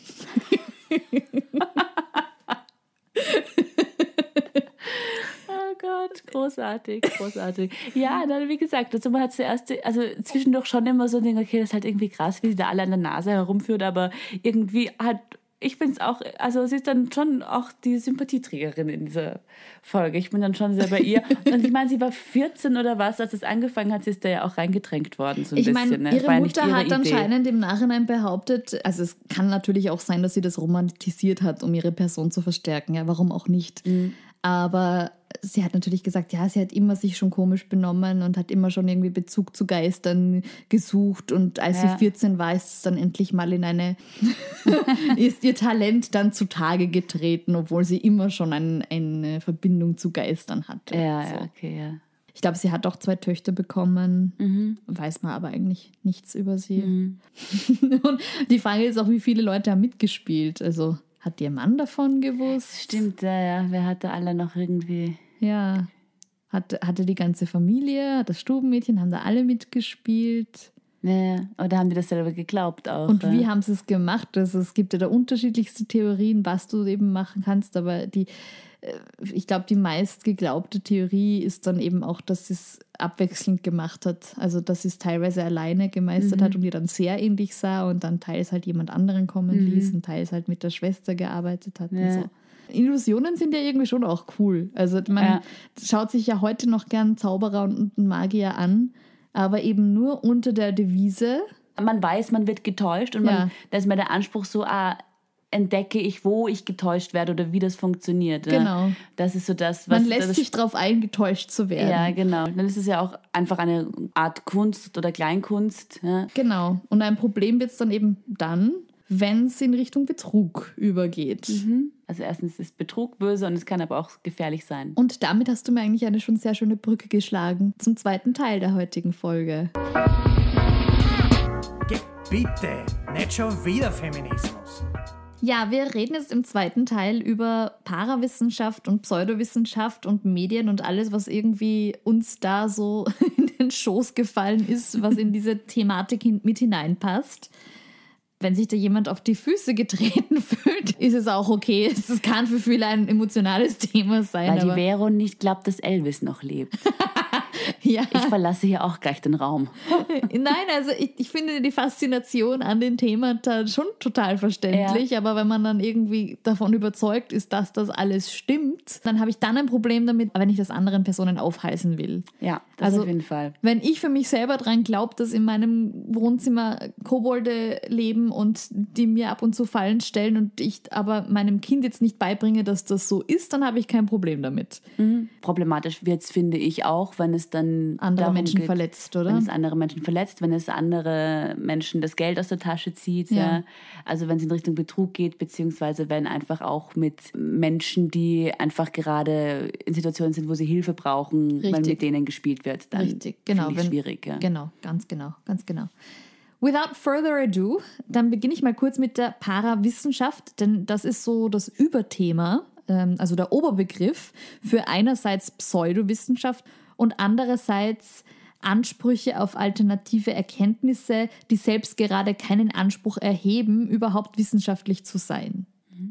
Speaker 2: Oh Gott, großartig, großartig. Ja, dann wie gesagt, also man hat zuerst, also zwischendurch schon immer so ein Ding, okay, das ist halt irgendwie krass, wie sie da alle an der Nase herumführt, aber irgendwie hat, ich finde es auch, also sie ist dann schon auch die Sympathieträgerin in dieser Folge. Ich bin dann schon sehr bei ihr. Und ich meine, sie war vierzehn oder was, als es angefangen hat, sie ist da ja auch reingedrängt worden, so ein
Speaker 3: ich
Speaker 2: bisschen.
Speaker 3: Ich meine, ihre
Speaker 2: ne?
Speaker 3: Mutter
Speaker 2: ihre
Speaker 3: hat
Speaker 2: Idee.
Speaker 3: anscheinend im Nachhinein behauptet, also es kann natürlich auch sein, dass sie das romantisiert hat, um ihre Person zu verstärken. Ja, warum auch nicht? Mhm. Aber sie hat natürlich gesagt, ja, sie hat immer sich schon komisch benommen und hat immer schon irgendwie Bezug zu Geistern gesucht. Und als
Speaker 2: ja.
Speaker 3: sie vierzehn war, ist es dann endlich mal in eine, ist ihr Talent dann zutage getreten, obwohl sie immer schon ein, eine Verbindung zu Geistern hatte.
Speaker 2: Ja,
Speaker 3: so.
Speaker 2: ja, okay, ja.
Speaker 3: Ich glaube, sie hat auch zwei Töchter bekommen,
Speaker 2: mhm.
Speaker 3: weiß man aber eigentlich nichts über sie.
Speaker 2: Mhm.
Speaker 3: Und die Frage ist auch, wie viele Leute haben mitgespielt, also... Hat ihr Mann davon gewusst?
Speaker 2: Stimmt, ja, ja. Wer hatte alle noch irgendwie...
Speaker 3: Ja. Hatte, hatte die ganze Familie, das Stubenmädchen, haben da alle mitgespielt.
Speaker 2: Ja, oder haben die das selber geglaubt auch?
Speaker 3: Und
Speaker 2: ja?
Speaker 3: wie haben sie es gemacht? Also es gibt ja da unterschiedlichste Theorien, was du eben machen kannst, aber die, ich glaube, die meist geglaubte Theorie ist dann eben auch, dass sie es abwechselnd gemacht hat. Also, dass sie es teilweise alleine gemeistert mhm. hat und ihr dann sehr ähnlich sah und dann teils halt jemand anderen kommen mhm. ließ und teils halt mit der Schwester gearbeitet hat ja. und so. Illusionen sind ja irgendwie schon auch cool. Also, man ja. schaut sich ja heute noch gern Zauberer und Magier an, aber eben nur unter der Devise.
Speaker 2: Man weiß, man wird getäuscht und man, ja. da ist mir der Anspruch so, ah, entdecke ich, wo ich getäuscht werde oder wie das funktioniert.
Speaker 3: Genau.
Speaker 2: Ja? Das ist so das, was...
Speaker 3: Man lässt
Speaker 2: das,
Speaker 3: sich darauf ein, getäuscht zu werden.
Speaker 2: Ja, genau. Dann ist es ja auch einfach eine Art Kunst oder Kleinkunst. Ja?
Speaker 3: Genau. Und ein Problem wird es dann eben dann, wenn es in Richtung Betrug übergeht.
Speaker 2: Mhm. Also erstens ist Betrug böse und es kann aber auch gefährlich sein.
Speaker 3: Und damit hast du mir eigentlich eine schon sehr schöne Brücke geschlagen zum zweiten Teil der heutigen Folge.
Speaker 1: Bitte, nicht schon wieder Feminismus.
Speaker 3: Ja, wir reden jetzt im zweiten Teil über Parawissenschaft und Pseudowissenschaft und Medien und alles, was irgendwie uns da so in den Schoß gefallen ist, was in diese Thematik mit hineinpasst. Wenn sich da jemand auf die Füße getreten fühlt, ist es auch okay. Es kann für viele ein emotionales Thema sein.
Speaker 2: Weil die Vero nicht glaubt, dass Elvis noch lebt.
Speaker 3: Ja.
Speaker 2: Ich verlasse hier auch gleich den Raum.
Speaker 3: Nein, also ich, ich finde die Faszination an den Themen schon total verständlich, ja. aber wenn man dann irgendwie davon überzeugt ist, dass das alles stimmt, dann habe ich dann ein Problem damit, wenn ich das anderen Personen aufhalsen will.
Speaker 2: Ja, das
Speaker 3: also,
Speaker 2: auf jeden Fall.
Speaker 3: Wenn ich für mich selber dran glaube, dass in meinem Wohnzimmer Kobolde leben und die mir ab und zu Fallen stellen und ich aber meinem Kind jetzt nicht beibringe, dass das so ist, dann habe ich kein Problem damit.
Speaker 2: Mhm. Problematisch wird es, finde ich, auch, wenn es dann
Speaker 3: andere
Speaker 2: darum
Speaker 3: Menschen
Speaker 2: geht,
Speaker 3: verletzt, oder?
Speaker 2: Wenn es andere Menschen verletzt, wenn es andere Menschen das Geld aus der Tasche zieht. Ja. Ja. Also wenn es in Richtung Betrug geht, beziehungsweise wenn einfach auch mit Menschen, die einfach gerade in Situationen sind, wo sie Hilfe brauchen,
Speaker 3: Richtig.
Speaker 2: wenn mit denen gespielt wird, dann
Speaker 3: Richtig. Genau.
Speaker 2: finde ich
Speaker 3: wenn,
Speaker 2: schwierig. Ja.
Speaker 3: Genau, ganz genau, ganz genau. Without further ado, dann beginne ich mal kurz mit der Parawissenschaft, denn das ist so das Überthema, ähm, also der Oberbegriff für einerseits Pseudowissenschaft und andererseits Ansprüche auf alternative Erkenntnisse, die selbst gerade keinen Anspruch erheben, überhaupt wissenschaftlich zu sein.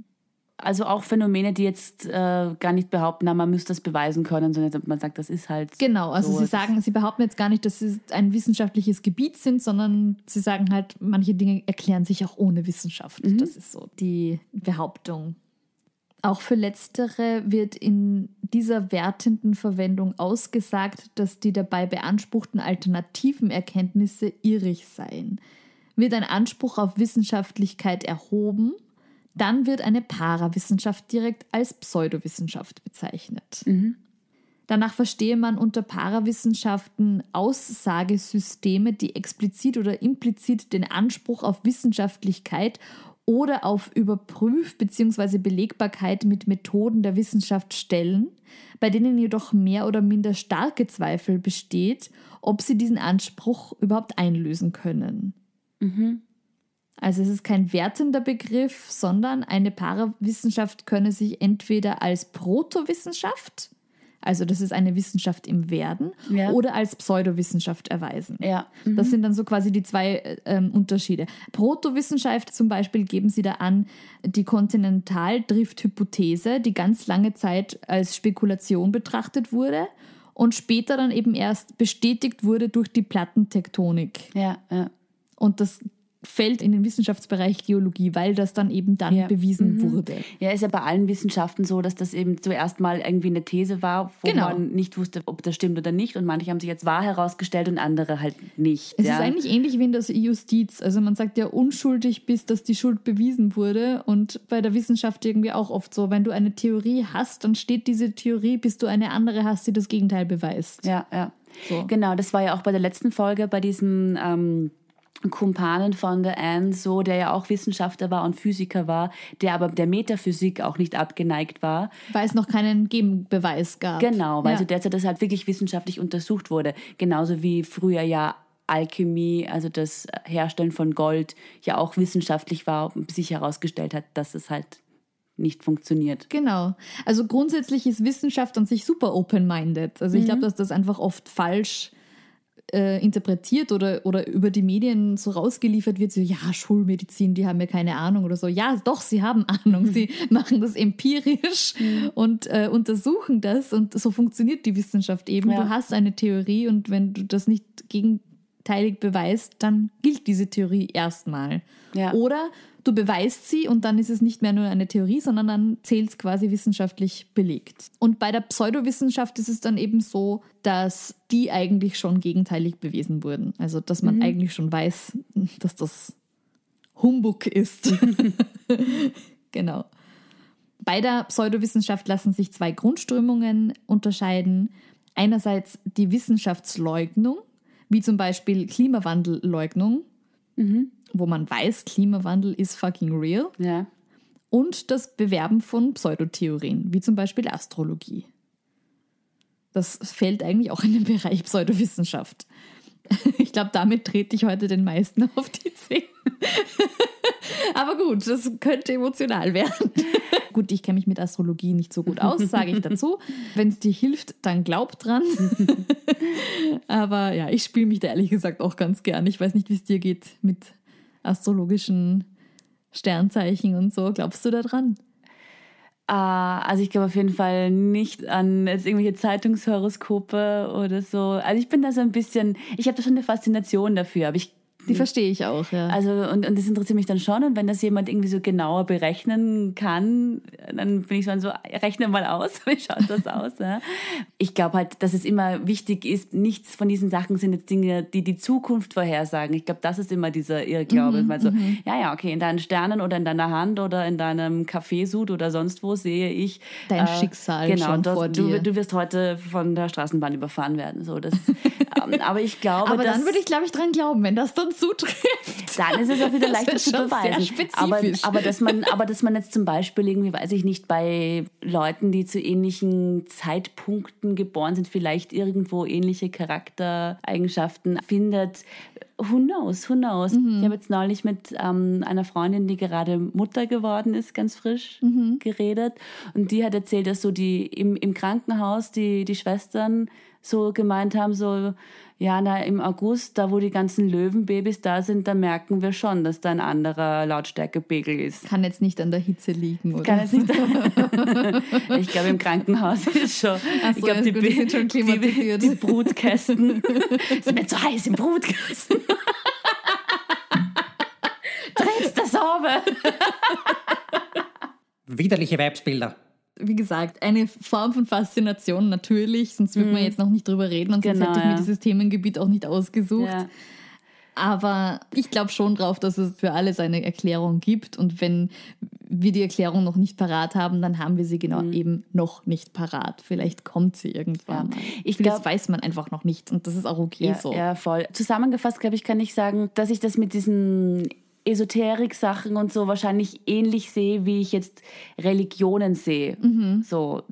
Speaker 2: Also auch Phänomene, die jetzt äh, gar nicht behaupten, na, man müsste das beweisen können, sondern man sagt, das ist halt
Speaker 3: Genau, also
Speaker 2: so.
Speaker 3: sie sagen, sie behaupten jetzt gar nicht, dass sie ein wissenschaftliches Gebiet sind, sondern sie sagen halt, manche Dinge erklären sich auch ohne Wissenschaft. Mhm. Das ist so die Behauptung. Auch für Letztere wird in dieser wertenden Verwendung ausgesagt, dass die dabei beanspruchten alternativen Erkenntnisse irrig seien. Wird ein Anspruch auf Wissenschaftlichkeit erhoben, dann wird eine Parawissenschaft direkt als Pseudowissenschaft bezeichnet. Mhm. Danach verstehe man unter Parawissenschaften Aussagesysteme, die explizit oder implizit den Anspruch auf Wissenschaftlichkeit oder auf Überprüf- bzw. Belegbarkeit mit Methoden der Wissenschaft stellen, bei denen jedoch mehr oder minder starke Zweifel besteht, ob sie diesen Anspruch überhaupt einlösen können. Mhm. Also es ist kein wertender Begriff, sondern eine Parawissenschaft könne sich entweder als Protowissenschaft, also das ist eine Wissenschaft im Werden, ja. oder als Pseudowissenschaft erweisen.
Speaker 2: Ja. Mhm.
Speaker 3: Das sind dann so quasi die zwei ähm, Unterschiede. Protowissenschaft zum Beispiel geben sie da an die Kontinentaldrift-Hypothese, die ganz lange Zeit als Spekulation betrachtet wurde und später dann eben erst bestätigt wurde durch die Plattentektonik.
Speaker 2: Ja, ja.
Speaker 3: Und das fällt in den Wissenschaftsbereich Geologie, weil das dann eben dann ja. bewiesen mhm. wurde.
Speaker 2: Ja, ist ja bei allen Wissenschaften so, dass das eben zuerst mal irgendwie eine These war, wo genau. man nicht wusste, ob das stimmt oder nicht. Und manche haben sich jetzt wahr herausgestellt und andere halt nicht.
Speaker 3: Es
Speaker 2: ja.
Speaker 3: ist eigentlich ähnlich wie in der Justiz. Also man sagt ja unschuldig, bis dass die Schuld bewiesen wurde. Und bei der Wissenschaft irgendwie auch oft so, wenn du eine Theorie hast, dann steht diese Theorie, bis du eine andere hast, die das Gegenteil beweist.
Speaker 2: Ja, ja.
Speaker 3: So.
Speaker 2: Genau, das war ja auch bei der letzten Folge, bei diesem ähm, Kumpanen von der Anne, so, der ja auch Wissenschaftler war und Physiker war, der aber der Metaphysik auch nicht abgeneigt war.
Speaker 3: Weil es noch keinen Gegenbeweis gab.
Speaker 2: Genau, weil
Speaker 3: ja.
Speaker 2: zu der Zeit das halt wirklich wissenschaftlich untersucht wurde. Genauso wie früher ja Alchemie, also das Herstellen von Gold, ja auch wissenschaftlich war und sich herausgestellt hat, dass es halt nicht funktioniert.
Speaker 3: Genau. Also grundsätzlich ist Wissenschaft an sich super open-minded. Also ich mhm. glaube, dass das einfach oft falsch äh, interpretiert oder, oder über die Medien so rausgeliefert wird, so ja, Schulmedizin, die haben ja keine Ahnung oder so. Ja, doch, sie haben Ahnung. Mhm. Sie machen das empirisch mhm. und äh, untersuchen das und so funktioniert die Wissenschaft eben. Ja. Du hast eine Theorie und wenn du das nicht gegenteilig beweist, dann gilt diese Theorie erstmal. Ja. Oder du beweist sie und dann ist es nicht mehr nur eine Theorie, sondern dann zählt es quasi wissenschaftlich belegt. Und bei der Pseudowissenschaft ist es dann eben so, dass die eigentlich schon gegenteilig bewiesen wurden. Also dass man mhm. eigentlich schon weiß, dass das Humbug ist. Genau. Bei der Pseudowissenschaft lassen sich zwei Grundströmungen unterscheiden. Einerseits die Wissenschaftsleugnung, wie zum Beispiel Klimawandelleugnung, mhm. wo man weiß, Klimawandel ist fucking real.
Speaker 2: Ja.
Speaker 3: Und das Bewerben von Pseudotheorien, wie zum Beispiel Astrologie. Das fällt eigentlich auch in den Bereich Pseudowissenschaft. Ich glaube, damit trete ich heute den meisten auf die Zähne. Aber gut, das könnte emotional werden. Gut, ich kenne mich mit Astrologie nicht so gut aus, sage ich dazu. Wenn es dir hilft, dann glaub dran. Aber ja, ich spiele mich da ehrlich gesagt auch ganz gern. Ich weiß nicht, wie es dir geht mit astrologischen Sternzeichen und so. Glaubst du da dran?
Speaker 2: Also ich glaube auf jeden Fall nicht an jetzt irgendwelche Zeitungshoroskope oder so. Also ich bin da so ein bisschen, ich habe da schon eine Faszination dafür, aber ich
Speaker 3: Die verstehe ich auch, ja.
Speaker 2: Also und, und das interessiert mich dann schon. Und wenn das jemand irgendwie so genauer berechnen kann, dann bin ich so, so rechne mal aus, wie schaut das aus? Ja? Ich glaube halt, dass es immer wichtig ist, nichts von diesen Sachen sind jetzt Dinge, die die Zukunft vorhersagen. Ich glaube, das ist immer dieser Irrglaube.
Speaker 3: Mhm,
Speaker 2: also,
Speaker 3: mhm.
Speaker 2: ja, ja, okay, in deinen Sternen oder in deiner Hand oder in deinem Kaffeesud oder sonst wo sehe ich
Speaker 3: dein äh, Schicksal
Speaker 2: genau,
Speaker 3: schon
Speaker 2: das,
Speaker 3: vor
Speaker 2: du,
Speaker 3: dir.
Speaker 2: Du wirst heute von der Straßenbahn überfahren werden. So, das, ähm, aber ich glaube,
Speaker 3: aber
Speaker 2: dass,
Speaker 3: dann würde ich, glaube ich, dran glauben, wenn das dann zutrifft.
Speaker 2: Dann ist es auch wieder
Speaker 3: Das
Speaker 2: leichter
Speaker 3: ist
Speaker 2: zu
Speaker 3: schon
Speaker 2: beweisen.
Speaker 3: sehr spezifisch.
Speaker 2: Aber, aber, dass man, aber dass man jetzt zum Beispiel irgendwie, weiß ich nicht, bei Leuten, die zu ähnlichen Zeitpunkten geboren sind, vielleicht irgendwo ähnliche Charaktereigenschaften findet. Who knows, who knows. Mhm. Ich habe jetzt neulich mit ähm, einer Freundin, die gerade Mutter geworden ist, ganz frisch mhm. geredet. Und die hat erzählt, dass so die im, im Krankenhaus die, die Schwestern so gemeint haben, so, ja, na, im August, da wo die ganzen Löwenbabys da sind, da merken wir schon, dass da ein anderer Lautstärkepegel ist.
Speaker 3: Kann jetzt nicht an der Hitze liegen, oder?
Speaker 2: Kann jetzt nicht. Ich glaube, im Krankenhaus ist schon.
Speaker 3: Ach so,
Speaker 2: ich glaube, die,
Speaker 3: die sind schon klimatisiert.
Speaker 2: Die, die Brutkästen sind nicht so heiß im Brutkasten. Dreht's das runter.
Speaker 4: Widerliche Weibsbilder.
Speaker 3: Wie gesagt, eine Form von Faszination natürlich, sonst würde man jetzt noch nicht drüber reden und sonst
Speaker 2: Genau,
Speaker 3: hätte ich mir
Speaker 2: ja.
Speaker 3: dieses Themengebiet auch nicht ausgesucht.
Speaker 2: Ja.
Speaker 3: Aber ich glaube schon drauf, dass es für alles eine Erklärung gibt und wenn wir die Erklärung noch nicht parat haben, dann haben wir sie genau mhm. eben noch nicht parat. Vielleicht kommt sie irgendwann.
Speaker 2: Ja. Ich
Speaker 3: Vieles
Speaker 2: glaub,
Speaker 3: weiß man einfach noch nicht und das ist auch okay
Speaker 2: ja,
Speaker 3: so.
Speaker 2: Ja, voll. Zusammengefasst, glaube ich, kann ich sagen, dass ich das mit diesen Esoterik-Sachen und so wahrscheinlich ähnlich sehe, wie ich jetzt Religionen sehe. Mhm. So,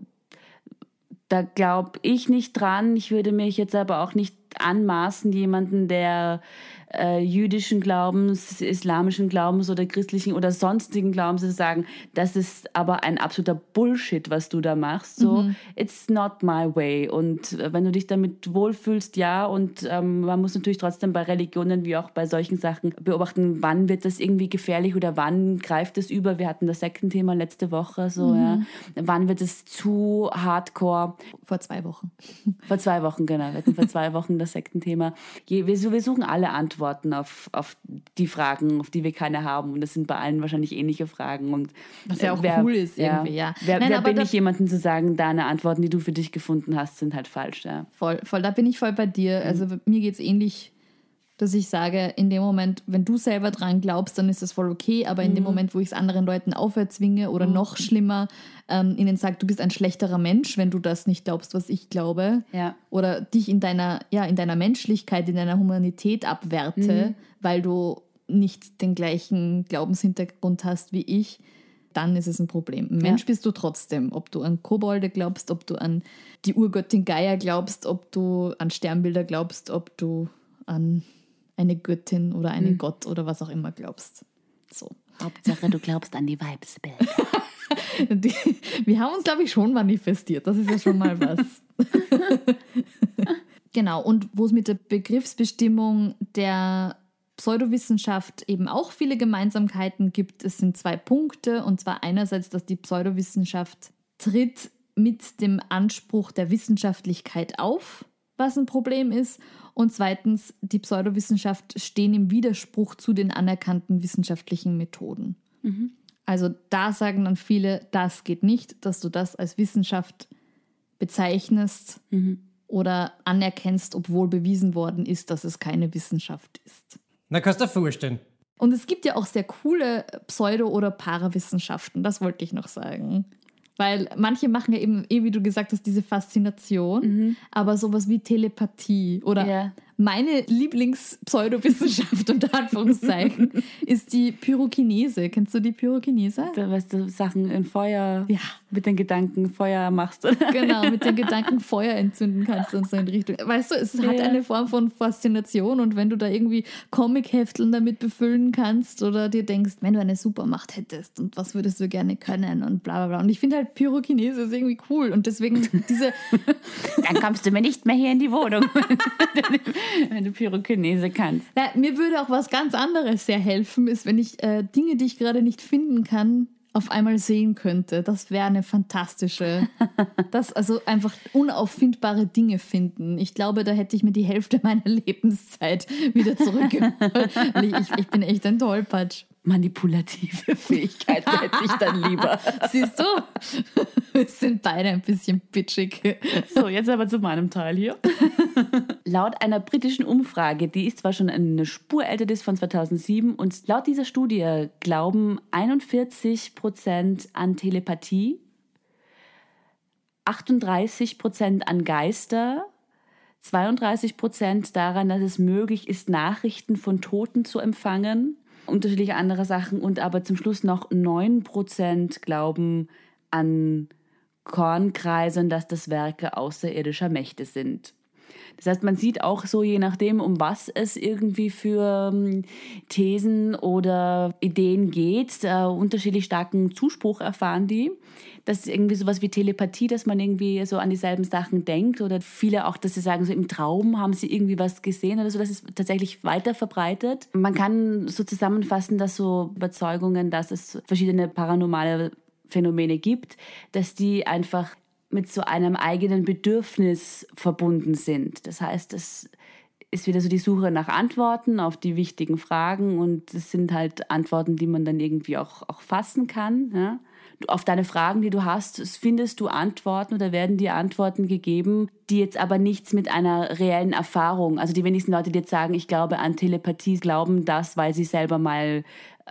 Speaker 2: da glaube ich nicht dran. Ich würde mich jetzt aber auch nicht anmaßen, jemanden, der äh, jüdischen Glaubens, islamischen Glaubens oder christlichen oder sonstigen Glaubens zu sagen, das ist aber ein absoluter Bullshit, was du da machst. So, mhm. It's not my way. Und wenn du dich damit wohlfühlst, ja. Und ähm, man muss natürlich trotzdem bei Religionen wie auch bei solchen Sachen beobachten, wann wird das irgendwie gefährlich oder wann greift es über. Wir hatten das Sektenthema letzte Woche. So, mhm. ja. Wann wird es zu hardcore?
Speaker 3: Vor zwei Wochen.
Speaker 2: Vor zwei Wochen, genau. Wir hatten vor zwei Wochen das Sektenthema. Wir, wir suchen alle Antworten auf, auf die Fragen, auf die wir keine haben. Und das sind bei allen wahrscheinlich ähnliche Fragen. Und
Speaker 3: was ja auch
Speaker 2: wer,
Speaker 3: cool ist irgendwie, ja.
Speaker 2: ja. Wer,
Speaker 3: Nein,
Speaker 2: wer bin
Speaker 3: da,
Speaker 2: ich, jemanden zu sagen, deine Antworten, die du für dich gefunden hast, sind halt falsch. Ja.
Speaker 3: Voll, voll, da bin ich voll bei dir. Also mir geht es ähnlich, dass ich sage, in dem Moment, wenn du selber dran glaubst, dann ist das voll okay, aber in mhm. dem Moment, wo ich es anderen Leuten auferzwinge oder mhm. noch schlimmer, ähm, ihnen sage, du bist ein schlechterer Mensch, wenn du das nicht glaubst, was ich glaube,
Speaker 2: ja.
Speaker 3: oder dich in deiner, ja, in deiner Menschlichkeit, in deiner Humanität abwerte, mhm. weil du nicht den gleichen Glaubenshintergrund hast wie ich, dann ist es ein Problem. Ein Mensch ja. bist du trotzdem. Ob du an Kobolde glaubst, ob du an die Urgöttin Gaia glaubst, ob du an Sternbilder glaubst, ob du an eine Göttin oder einen mhm. Gott oder was auch immer glaubst. So.
Speaker 2: Hauptsache, du glaubst an die Weibsbilder.
Speaker 3: die, wir haben uns, glaube ich, schon manifestiert. Das ist ja schon mal was. Genau. Und wo es mit der Begriffsbestimmung der Pseudowissenschaft eben auch viele Gemeinsamkeiten gibt, es sind zwei Punkte. Und zwar einerseits, dass die Pseudowissenschaft tritt mit dem Anspruch der Wissenschaftlichkeit auf, was ein Problem ist. Und zweitens, die Pseudowissenschaft stehen im Widerspruch zu den anerkannten wissenschaftlichen Methoden. Mhm. Also da sagen dann viele, das geht nicht, dass du das als Wissenschaft bezeichnest mhm. oder anerkennst, obwohl bewiesen worden ist, dass es keine Wissenschaft ist.
Speaker 4: Na, kannst du dir vorstellen.
Speaker 3: Und es gibt ja auch sehr coole Pseudo- oder Parawissenschaften, das wollte ich noch sagen. Weil manche machen ja eben, eh wie du gesagt hast, diese Faszination, mhm. aber sowas wie Telepathie oder
Speaker 2: yeah.
Speaker 3: meine Lieblings-Pseudowissenschaft unter Anführungszeichen ist die Pyrokinese. Kennst du die Pyrokinese?
Speaker 2: Da, weißt du, Sachen in Feuer,
Speaker 3: ja.
Speaker 2: mit den Gedanken Feuer machst. Oder?
Speaker 3: Genau, mit den Gedanken Feuer entzünden kannst und so in Richtung. Weißt du, es ja. hat eine Form von Faszination und wenn du da irgendwie Comic-Hefteln damit befüllen kannst oder dir denkst, wenn du eine Supermacht hättest und was würdest du gerne können und bla bla bla. Und ich finde halt Pyrokinese ist irgendwie cool und deswegen diese...
Speaker 2: Dann kommst du mir nicht mehr hier in die Wohnung, wenn du Pyrokinese kannst.
Speaker 3: Na, mir würde auch was ganz anderes sehr helfen, ist, wenn ich äh, Dinge, die ich gerade nicht finden kann, auf einmal sehen könnte. Das wäre eine fantastische, das also einfach unauffindbare Dinge finden. Ich glaube, da hätte ich mir die Hälfte meiner Lebenszeit wieder zurückgeholt. ich, ich, ich bin echt ein Tollpatsch.
Speaker 2: Manipulative Fähigkeit hätte ich dann lieber.
Speaker 3: Siehst du? Wir sind beide ein bisschen bitchig.
Speaker 2: So, jetzt aber zu meinem Teil hier. Laut einer britischen Umfrage, die ist zwar schon eine Spur älter, die ist von zweitausendsieben, und laut dieser Studie glauben einundvierzig Prozent an Telepathie, achtunddreißig Prozent an Geister, zweiunddreißig Prozent daran, dass es möglich ist, Nachrichten von Toten zu empfangen, unterschiedliche andere Sachen, und aber zum Schluss noch neun Prozent glauben an Kornkreisen, dass das Werke außerirdischer Mächte sind. Das heißt, man sieht auch so, je nachdem, um was es irgendwie für Thesen oder Ideen geht, äh, unterschiedlich starken Zuspruch erfahren die. Das ist irgendwie sowas wie Telepathie, dass man irgendwie so an dieselben Sachen denkt, oder viele auch, dass sie sagen, so im Traum haben sie irgendwie was gesehen oder so. Das ist tatsächlich weiter verbreitet. Man kann so zusammenfassen, dass so Überzeugungen, dass es verschiedene paranormale Phänomene gibt, dass die einfach mit so einem eigenen Bedürfnis verbunden sind. Das heißt, es ist wieder so die Suche nach Antworten auf die wichtigen Fragen, und es sind halt Antworten, die man dann irgendwie auch, auch fassen kann. Ja? Auf deine Fragen, die du hast, findest du Antworten oder werden dir Antworten gegeben, die jetzt aber nichts mit einer reellen Erfahrung, also die wenigsten Leute, die jetzt sagen, ich glaube an Telepathie, glauben das, weil sie selber mal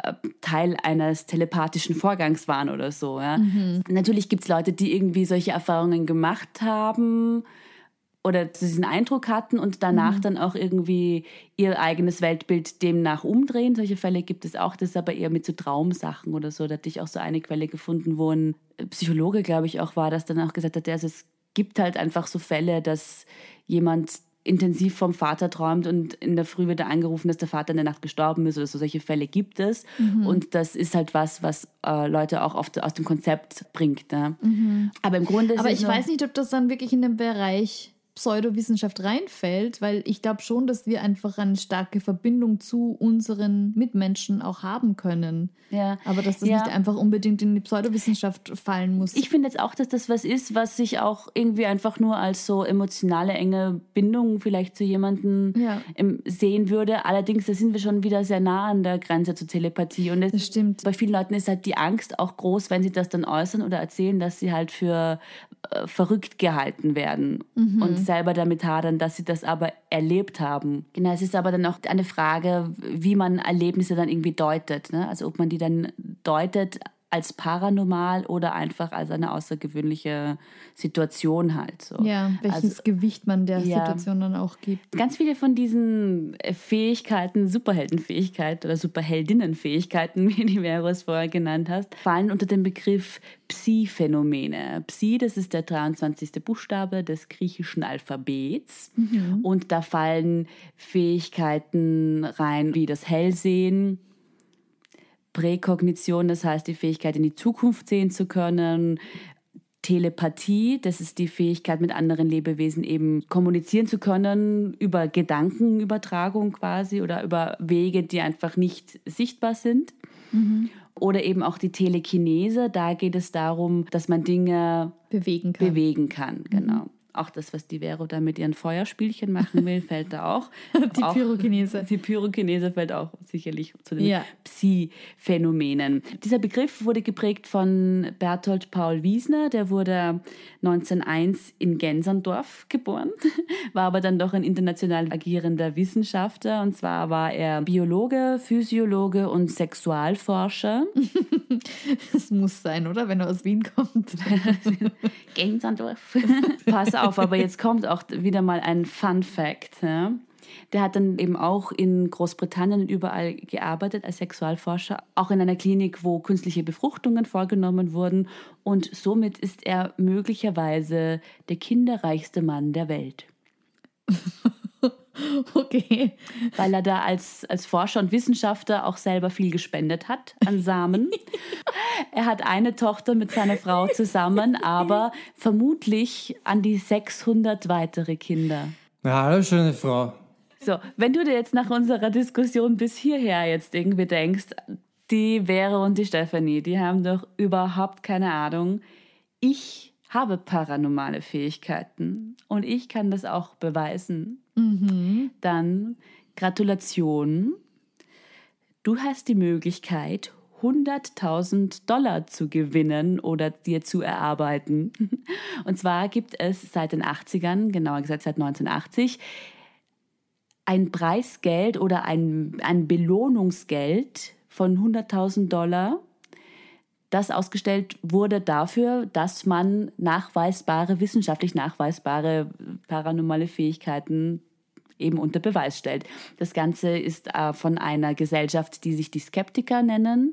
Speaker 2: Teil eines telepathischen Vorgangs waren oder so. Ja. Mhm. Natürlich gibt es Leute, die irgendwie solche Erfahrungen gemacht haben oder diesen Eindruck hatten und danach mhm. dann auch irgendwie ihr eigenes Weltbild demnach umdrehen. Solche Fälle gibt es auch, das ist aber eher mit so Traumsachen oder so. Da hatte ich auch so eine Quelle gefunden, wo ein Psychologe, glaube ich, auch war, das dann auch gesagt hat, also es gibt halt einfach so Fälle, dass jemand intensiv vom Vater träumt und in der Früh wird er angerufen, dass der Vater in der Nacht gestorben ist oder so. Solche Fälle gibt es. Mhm. Und das ist halt was, was äh, Leute auch oft aus dem Konzept bringt. Ne? Mhm. Aber im Grunde ist
Speaker 3: Aber
Speaker 2: es
Speaker 3: ich weiß nicht, ob das dann wirklich in den Bereich Pseudowissenschaft reinfällt, weil ich glaube schon, dass wir einfach eine starke Verbindung zu unseren Mitmenschen auch haben können.
Speaker 2: Ja.
Speaker 3: Aber dass das
Speaker 2: ja.
Speaker 3: nicht einfach unbedingt in die Pseudowissenschaft fallen muss.
Speaker 2: Ich finde jetzt auch, dass das was ist, was sich auch irgendwie einfach nur als so emotionale, enge Bindung vielleicht zu jemandem
Speaker 3: ja.
Speaker 2: sehen würde. Allerdings, da sind wir schon wieder sehr nah an der Grenze zur Telepathie. Und das,
Speaker 3: das stimmt.
Speaker 2: Bei vielen Leuten ist halt die Angst auch groß, wenn sie das dann äußern oder erzählen, dass sie halt für äh, verrückt gehalten werden. Mhm. Und selber damit hadern, dass sie das aber erlebt haben. Genau, es ist aber dann auch eine Frage, wie man Erlebnisse dann irgendwie deutet. Ne? Also ob man die dann deutet als paranormal oder einfach als eine außergewöhnliche Situation halt. So.
Speaker 3: Ja, welches also, Gewicht man der
Speaker 2: ja,
Speaker 3: Situation dann auch gibt.
Speaker 2: Ganz viele von diesen Fähigkeiten, Superheldenfähigkeiten oder Superheldinnenfähigkeiten, wie die Vero es vorher genannt hast, fallen unter den Begriff Psi-Phänomene. Psi, das ist der dreiundzwanzigste Buchstabe des griechischen Alphabets. Mhm. Und da fallen Fähigkeiten rein wie das Hellsehen, Präkognition, das heißt die Fähigkeit, in die Zukunft sehen zu können, Telepathie, das ist die Fähigkeit, mit anderen Lebewesen eben kommunizieren zu können, über Gedankenübertragung quasi oder über Wege, die einfach nicht sichtbar sind. Mhm. Oder eben auch die Telekinese, da geht es darum, dass man Dinge
Speaker 3: bewegen kann.
Speaker 2: Bewegen kann, genau. Mhm. Auch das, was die Vero da mit ihren Feuerspielchen machen will, fällt da auch.
Speaker 3: Die auch, Pyrokinese.
Speaker 2: Die Pyrokinese fällt auch sicherlich zu den
Speaker 3: ja.
Speaker 2: Psi-Phänomenen. Dieser Begriff wurde geprägt von Berthold Paul Wiesner, der wurde neunzehnhunderteins in Genserndorf geboren, war aber dann doch ein international agierender Wissenschaftler. Und zwar war er Biologe, Physiologe und Sexualforscher.
Speaker 3: Das muss sein, oder? Wenn er aus Wien kommt.
Speaker 2: Genserndorf. Pass auf. Aber jetzt kommt auch wieder mal ein Fun Fact. Ja? Der hat dann eben auch in Großbritannien und überall gearbeitet als Sexualforscher, auch in einer Klinik, wo künstliche Befruchtungen vorgenommen wurden. Und somit ist er möglicherweise der kinderreichste Mann der Welt.
Speaker 3: Okay.
Speaker 2: Weil er da als, als Forscher und Wissenschaftler auch selber viel gespendet hat an Samen. Er hat eine Tochter mit seiner Frau zusammen, aber vermutlich an die sechshundert weitere Kinder.
Speaker 1: Na, hallo, schöne Frau.
Speaker 2: So, wenn du dir jetzt nach unserer Diskussion bis hierher jetzt irgendwie denkst, Die Vera und die Stefanie, die haben doch überhaupt keine Ahnung. Ich habe paranormale Fähigkeiten und ich kann das auch beweisen.
Speaker 3: Mhm.
Speaker 2: Dann Gratulation. Du hast die Möglichkeit, hunderttausend Dollar zu gewinnen oder dir zu erarbeiten. Und zwar gibt es seit den achtzigern, genauer gesagt seit neunzehnhundertachtzig, ein Preisgeld oder ein, ein Belohnungsgeld von hunderttausend Dollar, das ausgestellt wurde dafür, dass man nachweisbare, wissenschaftlich nachweisbare paranormale Fähigkeiten eben unter Beweis stellt. Das Ganze ist äh, von einer Gesellschaft, die sich die Skeptiker nennen,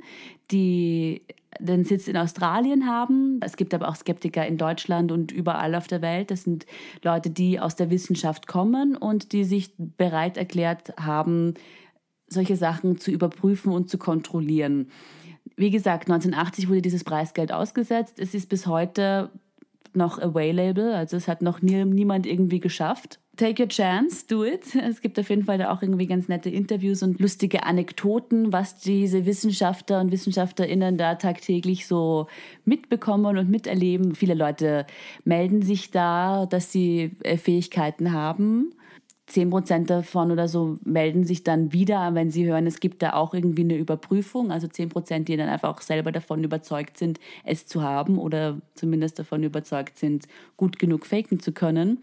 Speaker 2: die den Sitz in Australien haben. Es gibt aber auch Skeptiker in Deutschland und überall auf der Welt. Das sind Leute, die aus der Wissenschaft kommen und die sich bereit erklärt haben, solche Sachen zu überprüfen und zu kontrollieren. Wie gesagt, neunzehnhundertachtzig wurde dieses Preisgeld ausgesetzt. Es ist bis heute noch available, also es hat noch nie, niemand irgendwie geschafft. Take your chance, do it. Es gibt auf jeden Fall da auch irgendwie ganz nette Interviews und lustige Anekdoten, was diese Wissenschaftler und WissenschaftlerInnen da tagtäglich so mitbekommen und miterleben. Viele Leute melden sich da, dass sie Fähigkeiten haben. Zehn Prozent davon oder so melden sich dann wieder, wenn sie hören, es gibt da auch irgendwie eine Überprüfung. Also zehn Prozent, die dann einfach auch selber davon überzeugt sind, es zu haben oder zumindest davon überzeugt sind, gut genug faken zu können.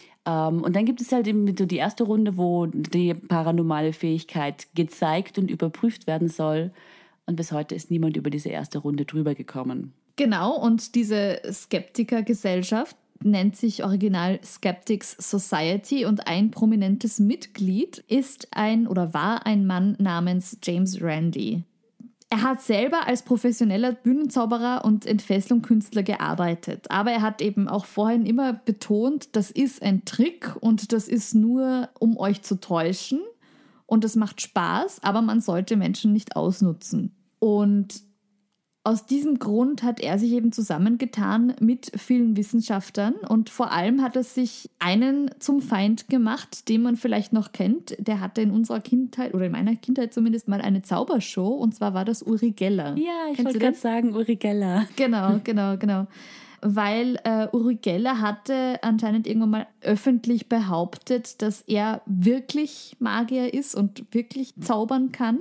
Speaker 2: Und dann gibt es halt eben so die erste Runde, wo die paranormale Fähigkeit gezeigt und überprüft werden soll. Und bis heute ist niemand über diese erste Runde drüber gekommen.
Speaker 3: Genau, und diese Skeptiker-Gesellschaft nennt sich original Skeptics Society und ein prominentes Mitglied ist ein oder war ein Mann namens James Randi. Er hat selber als professioneller Bühnenzauberer und Entfesselungskünstler gearbeitet, aber er hat eben auch vorhin immer betont, das ist ein Trick und das ist nur, um euch zu täuschen und das macht Spaß, aber man sollte Menschen nicht ausnutzen. Und aus diesem Grund hat er sich eben zusammengetan mit vielen Wissenschaftlern und vor allem hat er sich einen zum Feind gemacht, den man vielleicht noch kennt. Der hatte in unserer Kindheit oder in meiner Kindheit zumindest mal eine Zaubershow und zwar war das Uri Geller.
Speaker 2: Ja, ich wollte gerade sagen Uri Geller.
Speaker 3: Genau, genau, genau. Weil äh, Uri Geller hatte anscheinend irgendwann mal öffentlich behauptet, dass er wirklich Magier ist und wirklich zaubern kann.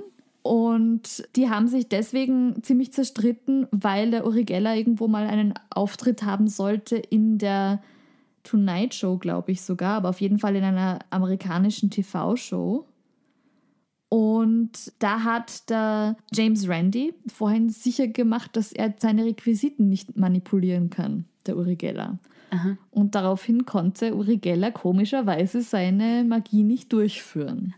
Speaker 3: Und die haben sich deswegen ziemlich zerstritten, weil der Uri Geller irgendwo mal einen Auftritt haben sollte in der Tonight Show, glaube ich sogar, aber auf jeden Fall in einer amerikanischen T V-Show. Und da hat der James Randi vorhin sicher gemacht, dass er seine Requisiten nicht manipulieren kann, der Uri Geller. Aha. Und daraufhin konnte Uri Geller komischerweise seine Magie nicht durchführen.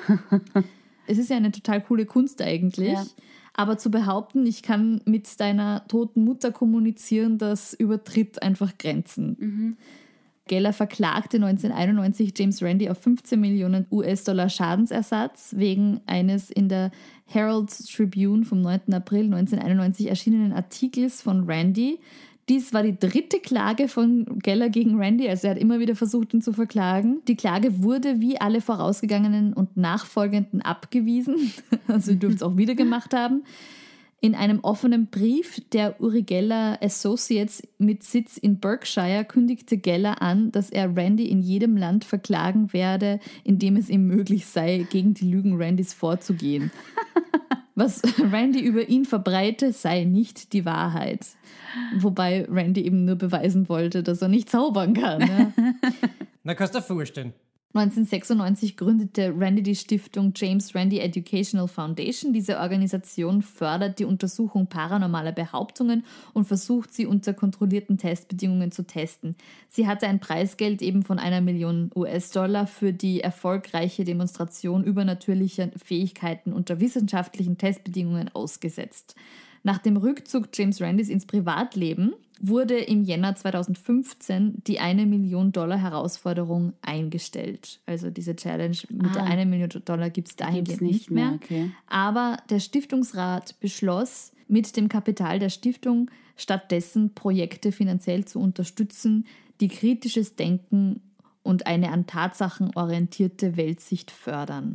Speaker 3: Es ist ja eine total coole Kunst eigentlich, ja. Aber zu behaupten, ich kann mit deiner toten Mutter kommunizieren, das übertritt einfach Grenzen. Mhm. Geller verklagte neunzehnhunderteinundneunzig James Randi auf fünfzehn Millionen US-Dollar Schadensersatz wegen eines in der Herald Tribune vom neunten April neunzehnhunderteinundneunzig erschienenen Artikels von Randi. Dies war die dritte Klage von Geller gegen Randi, also er hat immer wieder versucht, ihn zu verklagen. Die Klage wurde wie alle vorausgegangenen und nachfolgenden abgewiesen, also ihr dürft es auch wieder gemacht haben. In einem offenen Brief der Uri Geller Associates mit Sitz in Berkshire kündigte Geller an, dass er Randi in jedem Land verklagen werde, in dem es ihm möglich sei, gegen die Lügen Randis vorzugehen. Was Randi über ihn verbreite, sei nicht die Wahrheit. Wobei Randi eben nur beweisen wollte, dass er nicht zaubern kann. Ne?
Speaker 4: Na, kannst du dir vorstellen.
Speaker 3: neunzehnhundertsechsundneunzig gründete Randi die Stiftung James Randi Educational Foundation. Diese Organisation fördert die Untersuchung paranormaler Behauptungen und versucht, sie unter kontrollierten Testbedingungen zu testen. Sie hatte ein Preisgeld eben von einer Million US-Dollar für die erfolgreiche Demonstration übernatürlicher Fähigkeiten unter wissenschaftlichen Testbedingungen ausgesetzt. Nach dem Rückzug James Randis ins Privatleben wurde im Jänner zweitausendfünfzehn die eine Million Dollar Herausforderung eingestellt. Also diese Challenge mit ah, der eine Million Dollar gibt es dahingehend nicht mehr. mehr. Okay. Aber der Stiftungsrat beschloss, mit dem Kapital der Stiftung stattdessen Projekte finanziell zu unterstützen, die kritisches Denken und eine an Tatsachen orientierte Weltsicht fördern.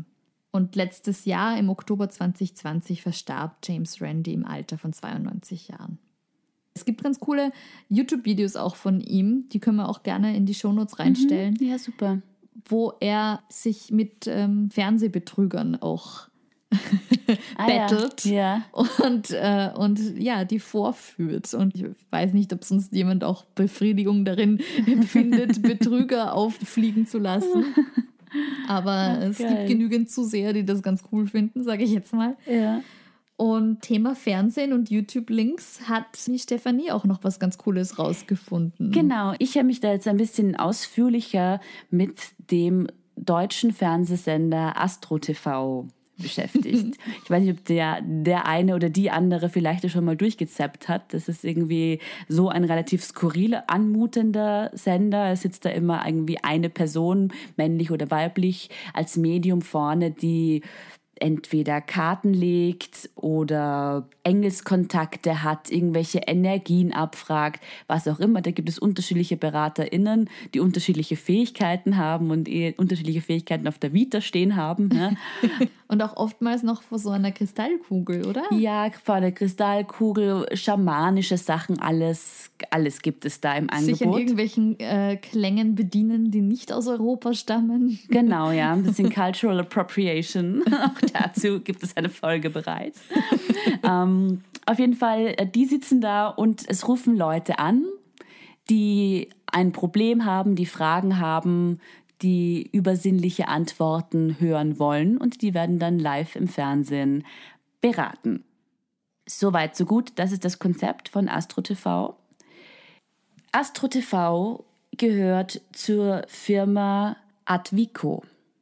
Speaker 3: Und letztes Jahr, im Oktober zwanzig zwanzig, verstarb James Randi im Alter von zweiundneunzig Jahren. Es gibt ganz coole YouTube-Videos auch von ihm, die können wir auch gerne in die Shownotes reinstellen.
Speaker 2: Mhm, ja, super.
Speaker 3: Wo er sich mit ähm, Fernsehbetrügern auch
Speaker 2: ah,
Speaker 3: bettelt
Speaker 2: ja. Ja.
Speaker 3: Und, äh, und ja, die vorführt. Und ich weiß nicht, ob sonst jemand auch Befriedigung darin empfindet, Betrüger auffliegen zu lassen. Aber Ach, es geil. gibt genügend Zuseher, die das ganz cool finden, sage ich jetzt mal.
Speaker 2: Ja.
Speaker 3: Und Thema Fernsehen und YouTube-Links hat die Stefanie auch noch was ganz Cooles rausgefunden.
Speaker 2: Genau, ich habe mich da jetzt ein bisschen ausführlicher mit dem deutschen Fernsehsender Astro T V beschäftigt. Ich weiß nicht, ob der, der eine oder die andere vielleicht schon mal durchgezappt hat. Das ist irgendwie so ein relativ skurril anmutender Sender. Es sitzt da immer irgendwie eine Person, männlich oder weiblich, als Medium vorne, die entweder Karten legt oder Engelskontakte hat, irgendwelche Energien abfragt, was auch immer. Da gibt es unterschiedliche BeraterInnen, die unterschiedliche Fähigkeiten haben und eh unterschiedliche Fähigkeiten auf der Vita stehen haben. Ja.
Speaker 3: Und auch oftmals noch vor so einer Kristallkugel, oder?
Speaker 2: Ja, vor einer Kristallkugel, schamanische Sachen, alles, alles gibt es da im Angebot.
Speaker 3: Sich an irgendwelchen äh, Klängen bedienen, die nicht aus Europa stammen.
Speaker 2: Genau, ja, ein bisschen Cultural Appropriation. Auch dazu gibt es eine Folge bereits. ähm, auf jeden Fall, die sitzen da und es rufen Leute an, die ein Problem haben, die Fragen haben, die übersinnliche Antworten hören wollen und die werden dann live im Fernsehen beraten. Soweit, so gut. Das ist das Konzept von Astro T V. Astro T V gehört zur Firma Advico.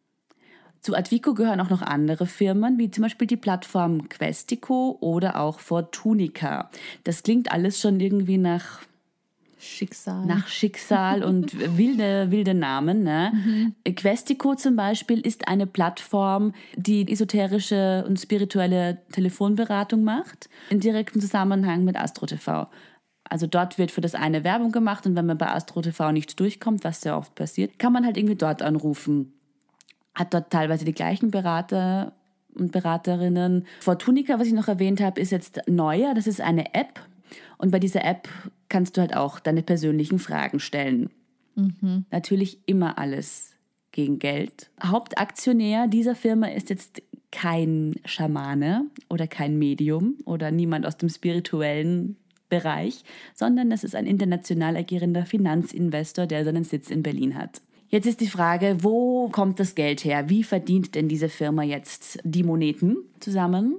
Speaker 2: Zu Advico gehören auch noch andere Firmen, wie zum Beispiel die Plattform Questico oder auch Fortunica. Das klingt alles schon irgendwie nach
Speaker 3: Schicksal.
Speaker 2: Nach Schicksal und wilde, wilde Namen. Ne? Mhm. Questico zum Beispiel ist eine Plattform, die esoterische und spirituelle Telefonberatung macht, in direktem Zusammenhang mit Astro T V. Also dort wird für das eine Werbung gemacht und wenn man bei Astro T V nicht durchkommt, was sehr oft passiert, kann man halt irgendwie dort anrufen. Hat dort teilweise die gleichen Berater und Beraterinnen. Fortunica, was ich noch erwähnt habe, ist jetzt neuer. Das ist eine App. Und bei dieser App kannst du halt auch deine persönlichen Fragen stellen. Mhm. Natürlich immer alles gegen Geld. Hauptaktionär dieser Firma ist jetzt kein Schamane oder kein Medium oder niemand aus dem spirituellen Bereich, sondern es ist ein international agierender Finanzinvestor, der seinen Sitz in Berlin hat. Jetzt ist die Frage, wo kommt das Geld her? Wie verdient denn diese Firma jetzt die Moneten zusammen?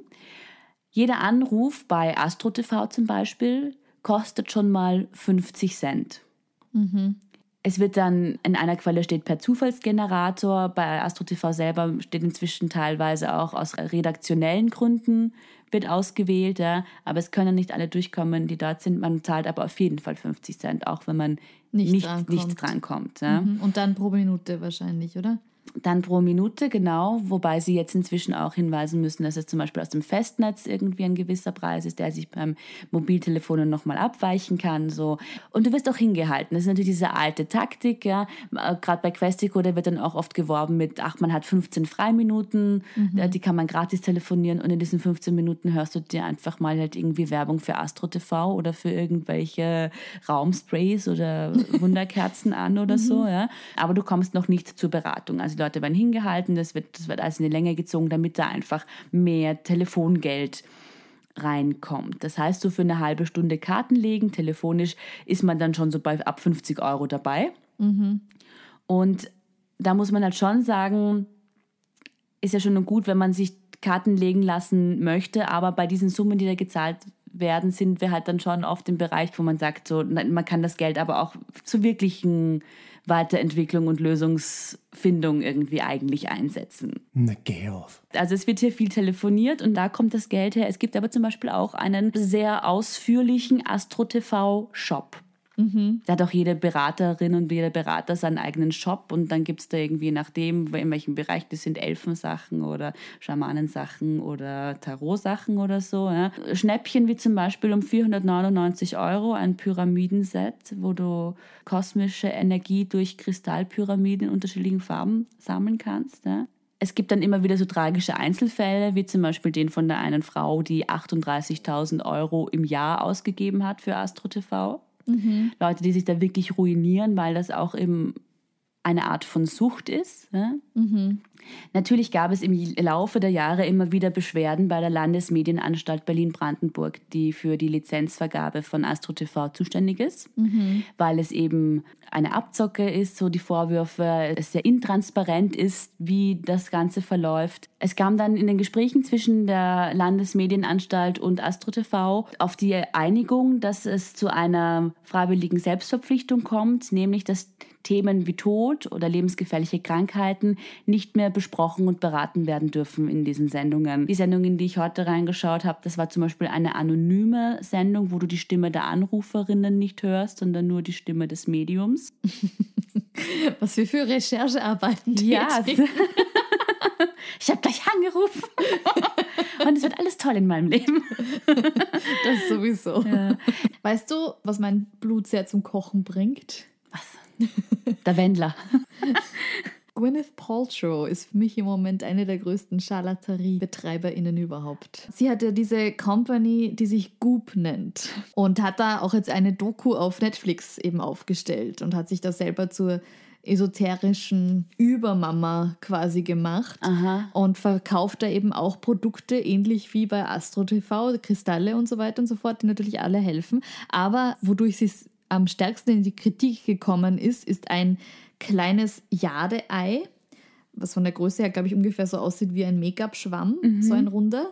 Speaker 2: Jeder Anruf bei Astro T V zum Beispiel kostet schon mal fünfzig Cent. Mhm. Es wird dann, in einer Quelle steht per Zufallsgenerator, bei Astro T V selber steht inzwischen teilweise auch aus redaktionellen Gründen wird ausgewählt, ja. Aber es können nicht alle durchkommen, die dort sind. Man zahlt aber auf jeden Fall fünfzig Cent, auch wenn man nicht, nicht, drankommt. nicht drankommt. Ja.
Speaker 3: Mhm. Und dann pro Minute wahrscheinlich, oder?
Speaker 2: Dann pro Minute, genau, wobei sie jetzt inzwischen auch hinweisen müssen, dass es zum Beispiel aus dem Festnetz irgendwie ein gewisser Preis ist, der sich beim Mobiltelefon nochmal abweichen kann. So. Und du wirst auch hingehalten. Das ist natürlich diese alte Taktik, ja. Gerade bei Questico, da wird dann auch oft geworben mit, ach, man hat fünfzehn Freiminuten, mhm. die kann man gratis telefonieren und in diesen fünfzehn Minuten hörst du dir einfach mal halt irgendwie Werbung für Astro T V oder für irgendwelche Raumsprays oder Wunderkerzen an oder mhm. so, ja. Aber du kommst noch nicht zur Beratung. Also die Leute werden hingehalten, das wird, das wird alles in die Länge gezogen, damit da einfach mehr Telefongeld reinkommt. Das heißt, so für eine halbe Stunde Karten legen, telefonisch ist man dann schon so bei ab fünfzig Euro dabei. Mhm. Und da muss man halt schon sagen, ist ja schon gut, wenn man sich Karten legen lassen möchte, aber bei diesen Summen, die da gezahlt werden, sind wir halt dann schon oft im Bereich, wo man sagt, so, man kann das Geld aber auch zu wirklichen Weiterentwicklung und Lösungsfindung irgendwie eigentlich einsetzen.
Speaker 1: Na, geh auf.
Speaker 2: Also es wird hier viel telefoniert und da kommt das Geld her. Es gibt aber zum Beispiel auch einen sehr ausführlichen Astro T V-Shop. Mhm. Da hat auch jede Beraterin und jeder Berater seinen eigenen Shop und dann gibt es da irgendwie, nachdem, in welchem Bereich das sind, Elfensachen oder Schamanensachen oder Tarotsachen oder so. Ja. Schnäppchen wie zum Beispiel um vierhundertneunundneunzig Euro ein Pyramidenset, wo du kosmische Energie durch Kristallpyramiden in unterschiedlichen Farben sammeln kannst. Ja. Es gibt dann immer wieder so tragische Einzelfälle, wie zum Beispiel den von der einen Frau, die achtunddreißigtausend Euro im Jahr ausgegeben hat für Astro T V. Mhm. Leute, die sich da wirklich ruinieren, weil das auch eben eine Art von Sucht ist. Ne? Mhm. Natürlich gab es im Laufe der Jahre immer wieder Beschwerden bei der Landesmedienanstalt Berlin-Brandenburg, die für die Lizenzvergabe von Astro T V zuständig ist, mhm. weil es eben eine Abzocke ist, so die Vorwürfe, es sehr intransparent ist, wie das Ganze verläuft. Es kam dann in den Gesprächen zwischen der Landesmedienanstalt und Astro T V auf die Einigung, dass es zu einer freiwilligen Selbstverpflichtung kommt, nämlich dass Themen wie Tod oder lebensgefährliche Krankheiten nicht mehr besprochen und beraten werden dürfen in diesen Sendungen. Die Sendung, in die ich heute reingeschaut habe, das war zum Beispiel eine anonyme Sendung, wo du die Stimme der Anruferinnen nicht hörst, sondern nur die Stimme des Mediums.
Speaker 3: Was wir für Recherchearbeiten tätigen.
Speaker 2: Ja, ich habe gleich angerufen und es wird alles toll in meinem Leben.
Speaker 3: Das sowieso. Ja. Weißt du, was mein Blut sehr zum Kochen bringt?
Speaker 2: Was? Der Wendler.
Speaker 3: Gwyneth Paltrow ist für mich im Moment eine der größten Charlateriebetreiberinnen überhaupt. Sie hat ja diese Company, die sich Goop nennt und hat da auch jetzt eine Doku auf Netflix eben aufgestellt und hat sich da selber zur esoterischen Übermama quasi gemacht. Aha. Und verkauft da eben auch Produkte, ähnlich wie bei Astro T V, Kristalle und so weiter und so fort, die natürlich alle helfen. Aber wodurch sie am stärksten in die Kritik gekommen ist, ist ein kleines Jade-Ei, was von der Größe her, glaube ich, ungefähr so aussieht wie ein Make-up-Schwamm, mhm. so ein runder.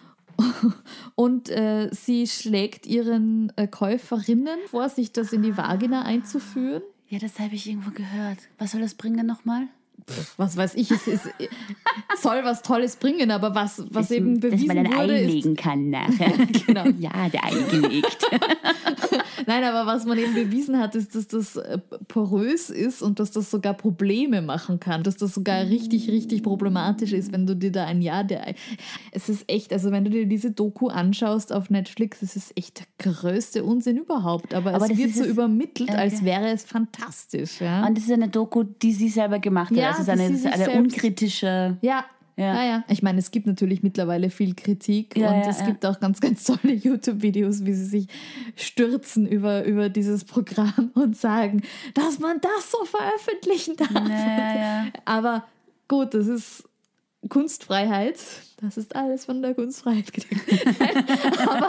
Speaker 3: Und äh, sie schlägt ihren äh, Käuferinnen vor, sich das in die Vagina einzuführen.
Speaker 2: Ja, das habe ich irgendwo gehört. Was soll das bringen nochmal?
Speaker 3: Pff, was weiß ich, es ist, soll was Tolles bringen, aber was, was das, eben bewiesen wurde,
Speaker 2: dass man dann
Speaker 3: wurde,
Speaker 2: einlegen
Speaker 3: ist,
Speaker 2: kann nachher. Genau. Ja, der eingelegt.
Speaker 3: Nein, aber was man eben bewiesen hat, ist, dass das porös ist und dass das sogar Probleme machen kann, dass das sogar richtig, richtig problematisch ist, wenn du dir da ein Jahr der... Es ist echt, also wenn du dir diese Doku anschaust auf Netflix, es ist echt der größte Unsinn überhaupt, aber, aber es wird so es, übermittelt, okay. als wäre es fantastisch. Ja?
Speaker 2: Und das ist eine Doku, die sie selber gemacht hat, ja, also es ist eine, das ist eine unkritische...
Speaker 3: Ja. Ja. Ja, ja. Ich meine, es gibt natürlich mittlerweile viel Kritik ja, und ja, es ja. gibt auch ganz, ganz tolle YouTube-Videos, wie sie sich stürzen über, über dieses Programm und sagen, dass man das so veröffentlichen darf.
Speaker 2: Ja, ja.
Speaker 3: Aber gut, das ist Kunstfreiheit. Das ist alles von der Kunstfreiheit gedeckt. Aber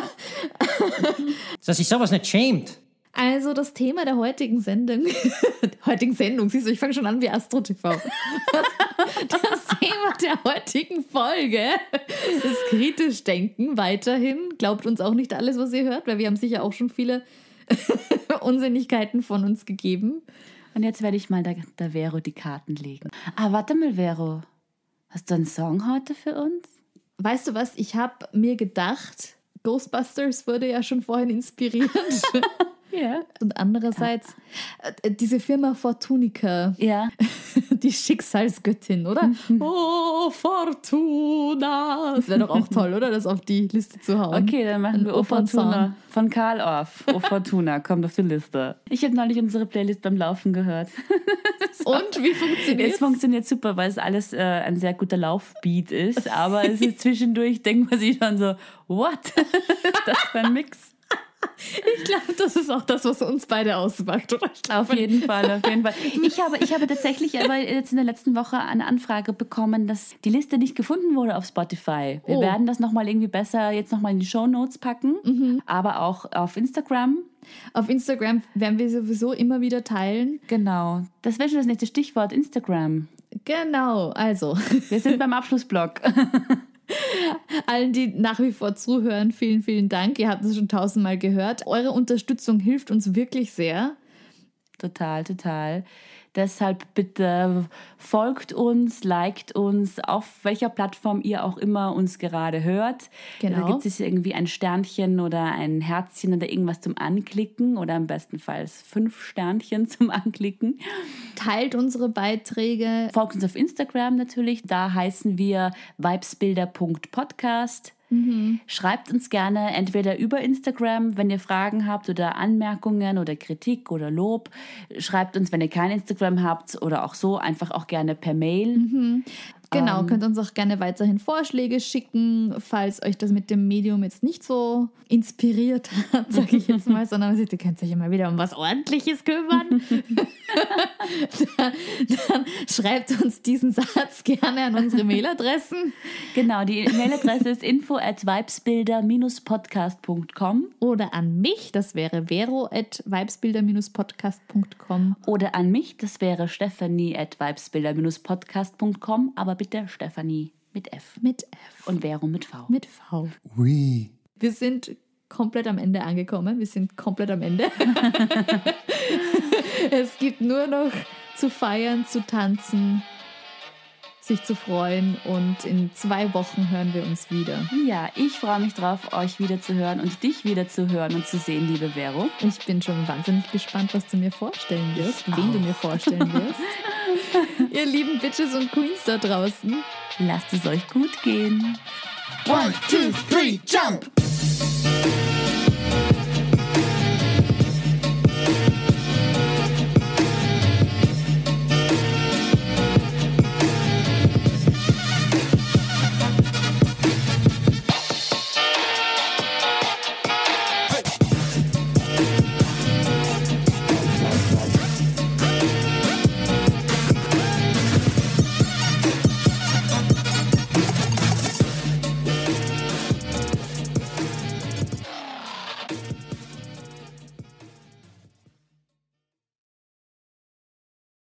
Speaker 4: dass sich sowas nicht schämt.
Speaker 3: Also das Thema der heutigen Sendung, der heutigen Sendung, siehst du, ich fange schon an wie Astro T V. Das Thema der heutigen Folge ist kritisch denken, weiterhin. Glaubt uns auch nicht alles, was ihr hört, weil wir haben sicher auch schon viele Unsinnigkeiten von uns gegeben.
Speaker 2: Und jetzt werde ich mal der, der Vero die Karten legen. Ah, warte mal, Vero. Hast du einen Song heute für uns?
Speaker 3: Weißt du was, ich habe mir gedacht, Ghostbusters wurde ja schon vorhin inspiriert.
Speaker 2: Ja.
Speaker 3: Und andererseits äh, diese Firma Fortunica,
Speaker 2: ja.
Speaker 3: Die Schicksalsgöttin, oder? Mhm. Oh, Fortuna. Das wäre doch auch toll, oder? Das auf die Liste zu hauen.
Speaker 2: Okay, dann machen wir O Fortuna von Karl Orff. O Fortuna kommt auf die Liste. Ich habe neulich unsere Playlist beim Laufen gehört.
Speaker 3: Und wie funktioniert es?
Speaker 2: Es funktioniert super, weil es alles äh, ein sehr guter Laufbeat ist. Aber es ist zwischendurch, denkt man sich dann so, what? Ist das für ein Mix?
Speaker 3: Ich glaube, das ist auch das, was uns beide ausmacht, oder?
Speaker 2: Auf jeden Fall, auf jeden Fall. Ich habe, ich habe tatsächlich aber jetzt in der letzten Woche eine Anfrage bekommen, dass die Liste nicht gefunden wurde auf Spotify. Wir oh. werden das nochmal irgendwie besser jetzt nochmal in die Shownotes packen, mhm. aber auch auf Instagram.
Speaker 3: Auf Instagram werden wir sowieso immer wieder teilen.
Speaker 2: Genau. Das wäre schon das nächste Stichwort, Instagram.
Speaker 3: Genau, also.
Speaker 2: Wir sind beim Abschlussblock.
Speaker 3: Allen, die nach wie vor zuhören, vielen, vielen Dank. Ihr habt es schon tausendmal gehört. Eure Unterstützung hilft uns wirklich sehr.
Speaker 2: Total, total. Deshalb bitte folgt uns, liked uns, auf welcher Plattform ihr auch immer uns gerade hört.
Speaker 3: Genau.
Speaker 2: Da gibt es irgendwie ein Sternchen oder ein Herzchen oder irgendwas zum Anklicken oder am bestenfalls fünf Sternchen zum Anklicken.
Speaker 3: Teilt unsere Beiträge.
Speaker 2: Folgt uns auf Instagram natürlich. Da heißen wir vibesbilder punkt podcast. Mhm. Schreibt uns gerne entweder über Instagram, wenn ihr Fragen habt oder Anmerkungen oder Kritik oder Lob. Schreibt uns, wenn ihr kein Instagram habt oder auch so, einfach auch gerne per Mail.
Speaker 3: Mhm. Genau,
Speaker 2: Ähm,
Speaker 3: könnt uns auch gerne weiterhin Vorschläge schicken, falls euch das mit dem Medium jetzt nicht so inspiriert hat, sage ich jetzt mal, sondern ihr könnt euch immer wieder um was Ordentliches kümmern. dann, dann schreibt uns diesen Satz gerne an unsere Mailadressen.
Speaker 2: Genau, die Mailadresse ist info at vibesbilder Bindestrich podcast Punkt com
Speaker 3: Oder an mich, das wäre vero at vibesbilder Bindestrich podcast Punkt com.
Speaker 2: oder an mich, das wäre stephanie at vibesbilder Bindestrich podcast Punkt com, aber bitte Stephanie mit F.
Speaker 3: Mit F.
Speaker 2: Und Vero mit V.
Speaker 3: Mit V.
Speaker 1: Ui.
Speaker 3: Wir sind komplett am Ende angekommen. Wir sind komplett am Ende. Es gibt nur noch zu feiern, zu tanzen, sich zu freuen und in zwei Wochen hören wir uns wieder.
Speaker 2: Ja, ich freue mich drauf, euch wieder zu hören und dich wieder zu hören und zu sehen, liebe Vero.
Speaker 3: Ich bin schon wahnsinnig gespannt, was du mir vorstellen wirst,
Speaker 2: Ich
Speaker 3: wen
Speaker 2: auch.
Speaker 3: du mir vorstellen wirst. Ihr lieben Bitches und Queens da draußen.
Speaker 2: Lasst es euch gut gehen.
Speaker 5: One, two, three, jump!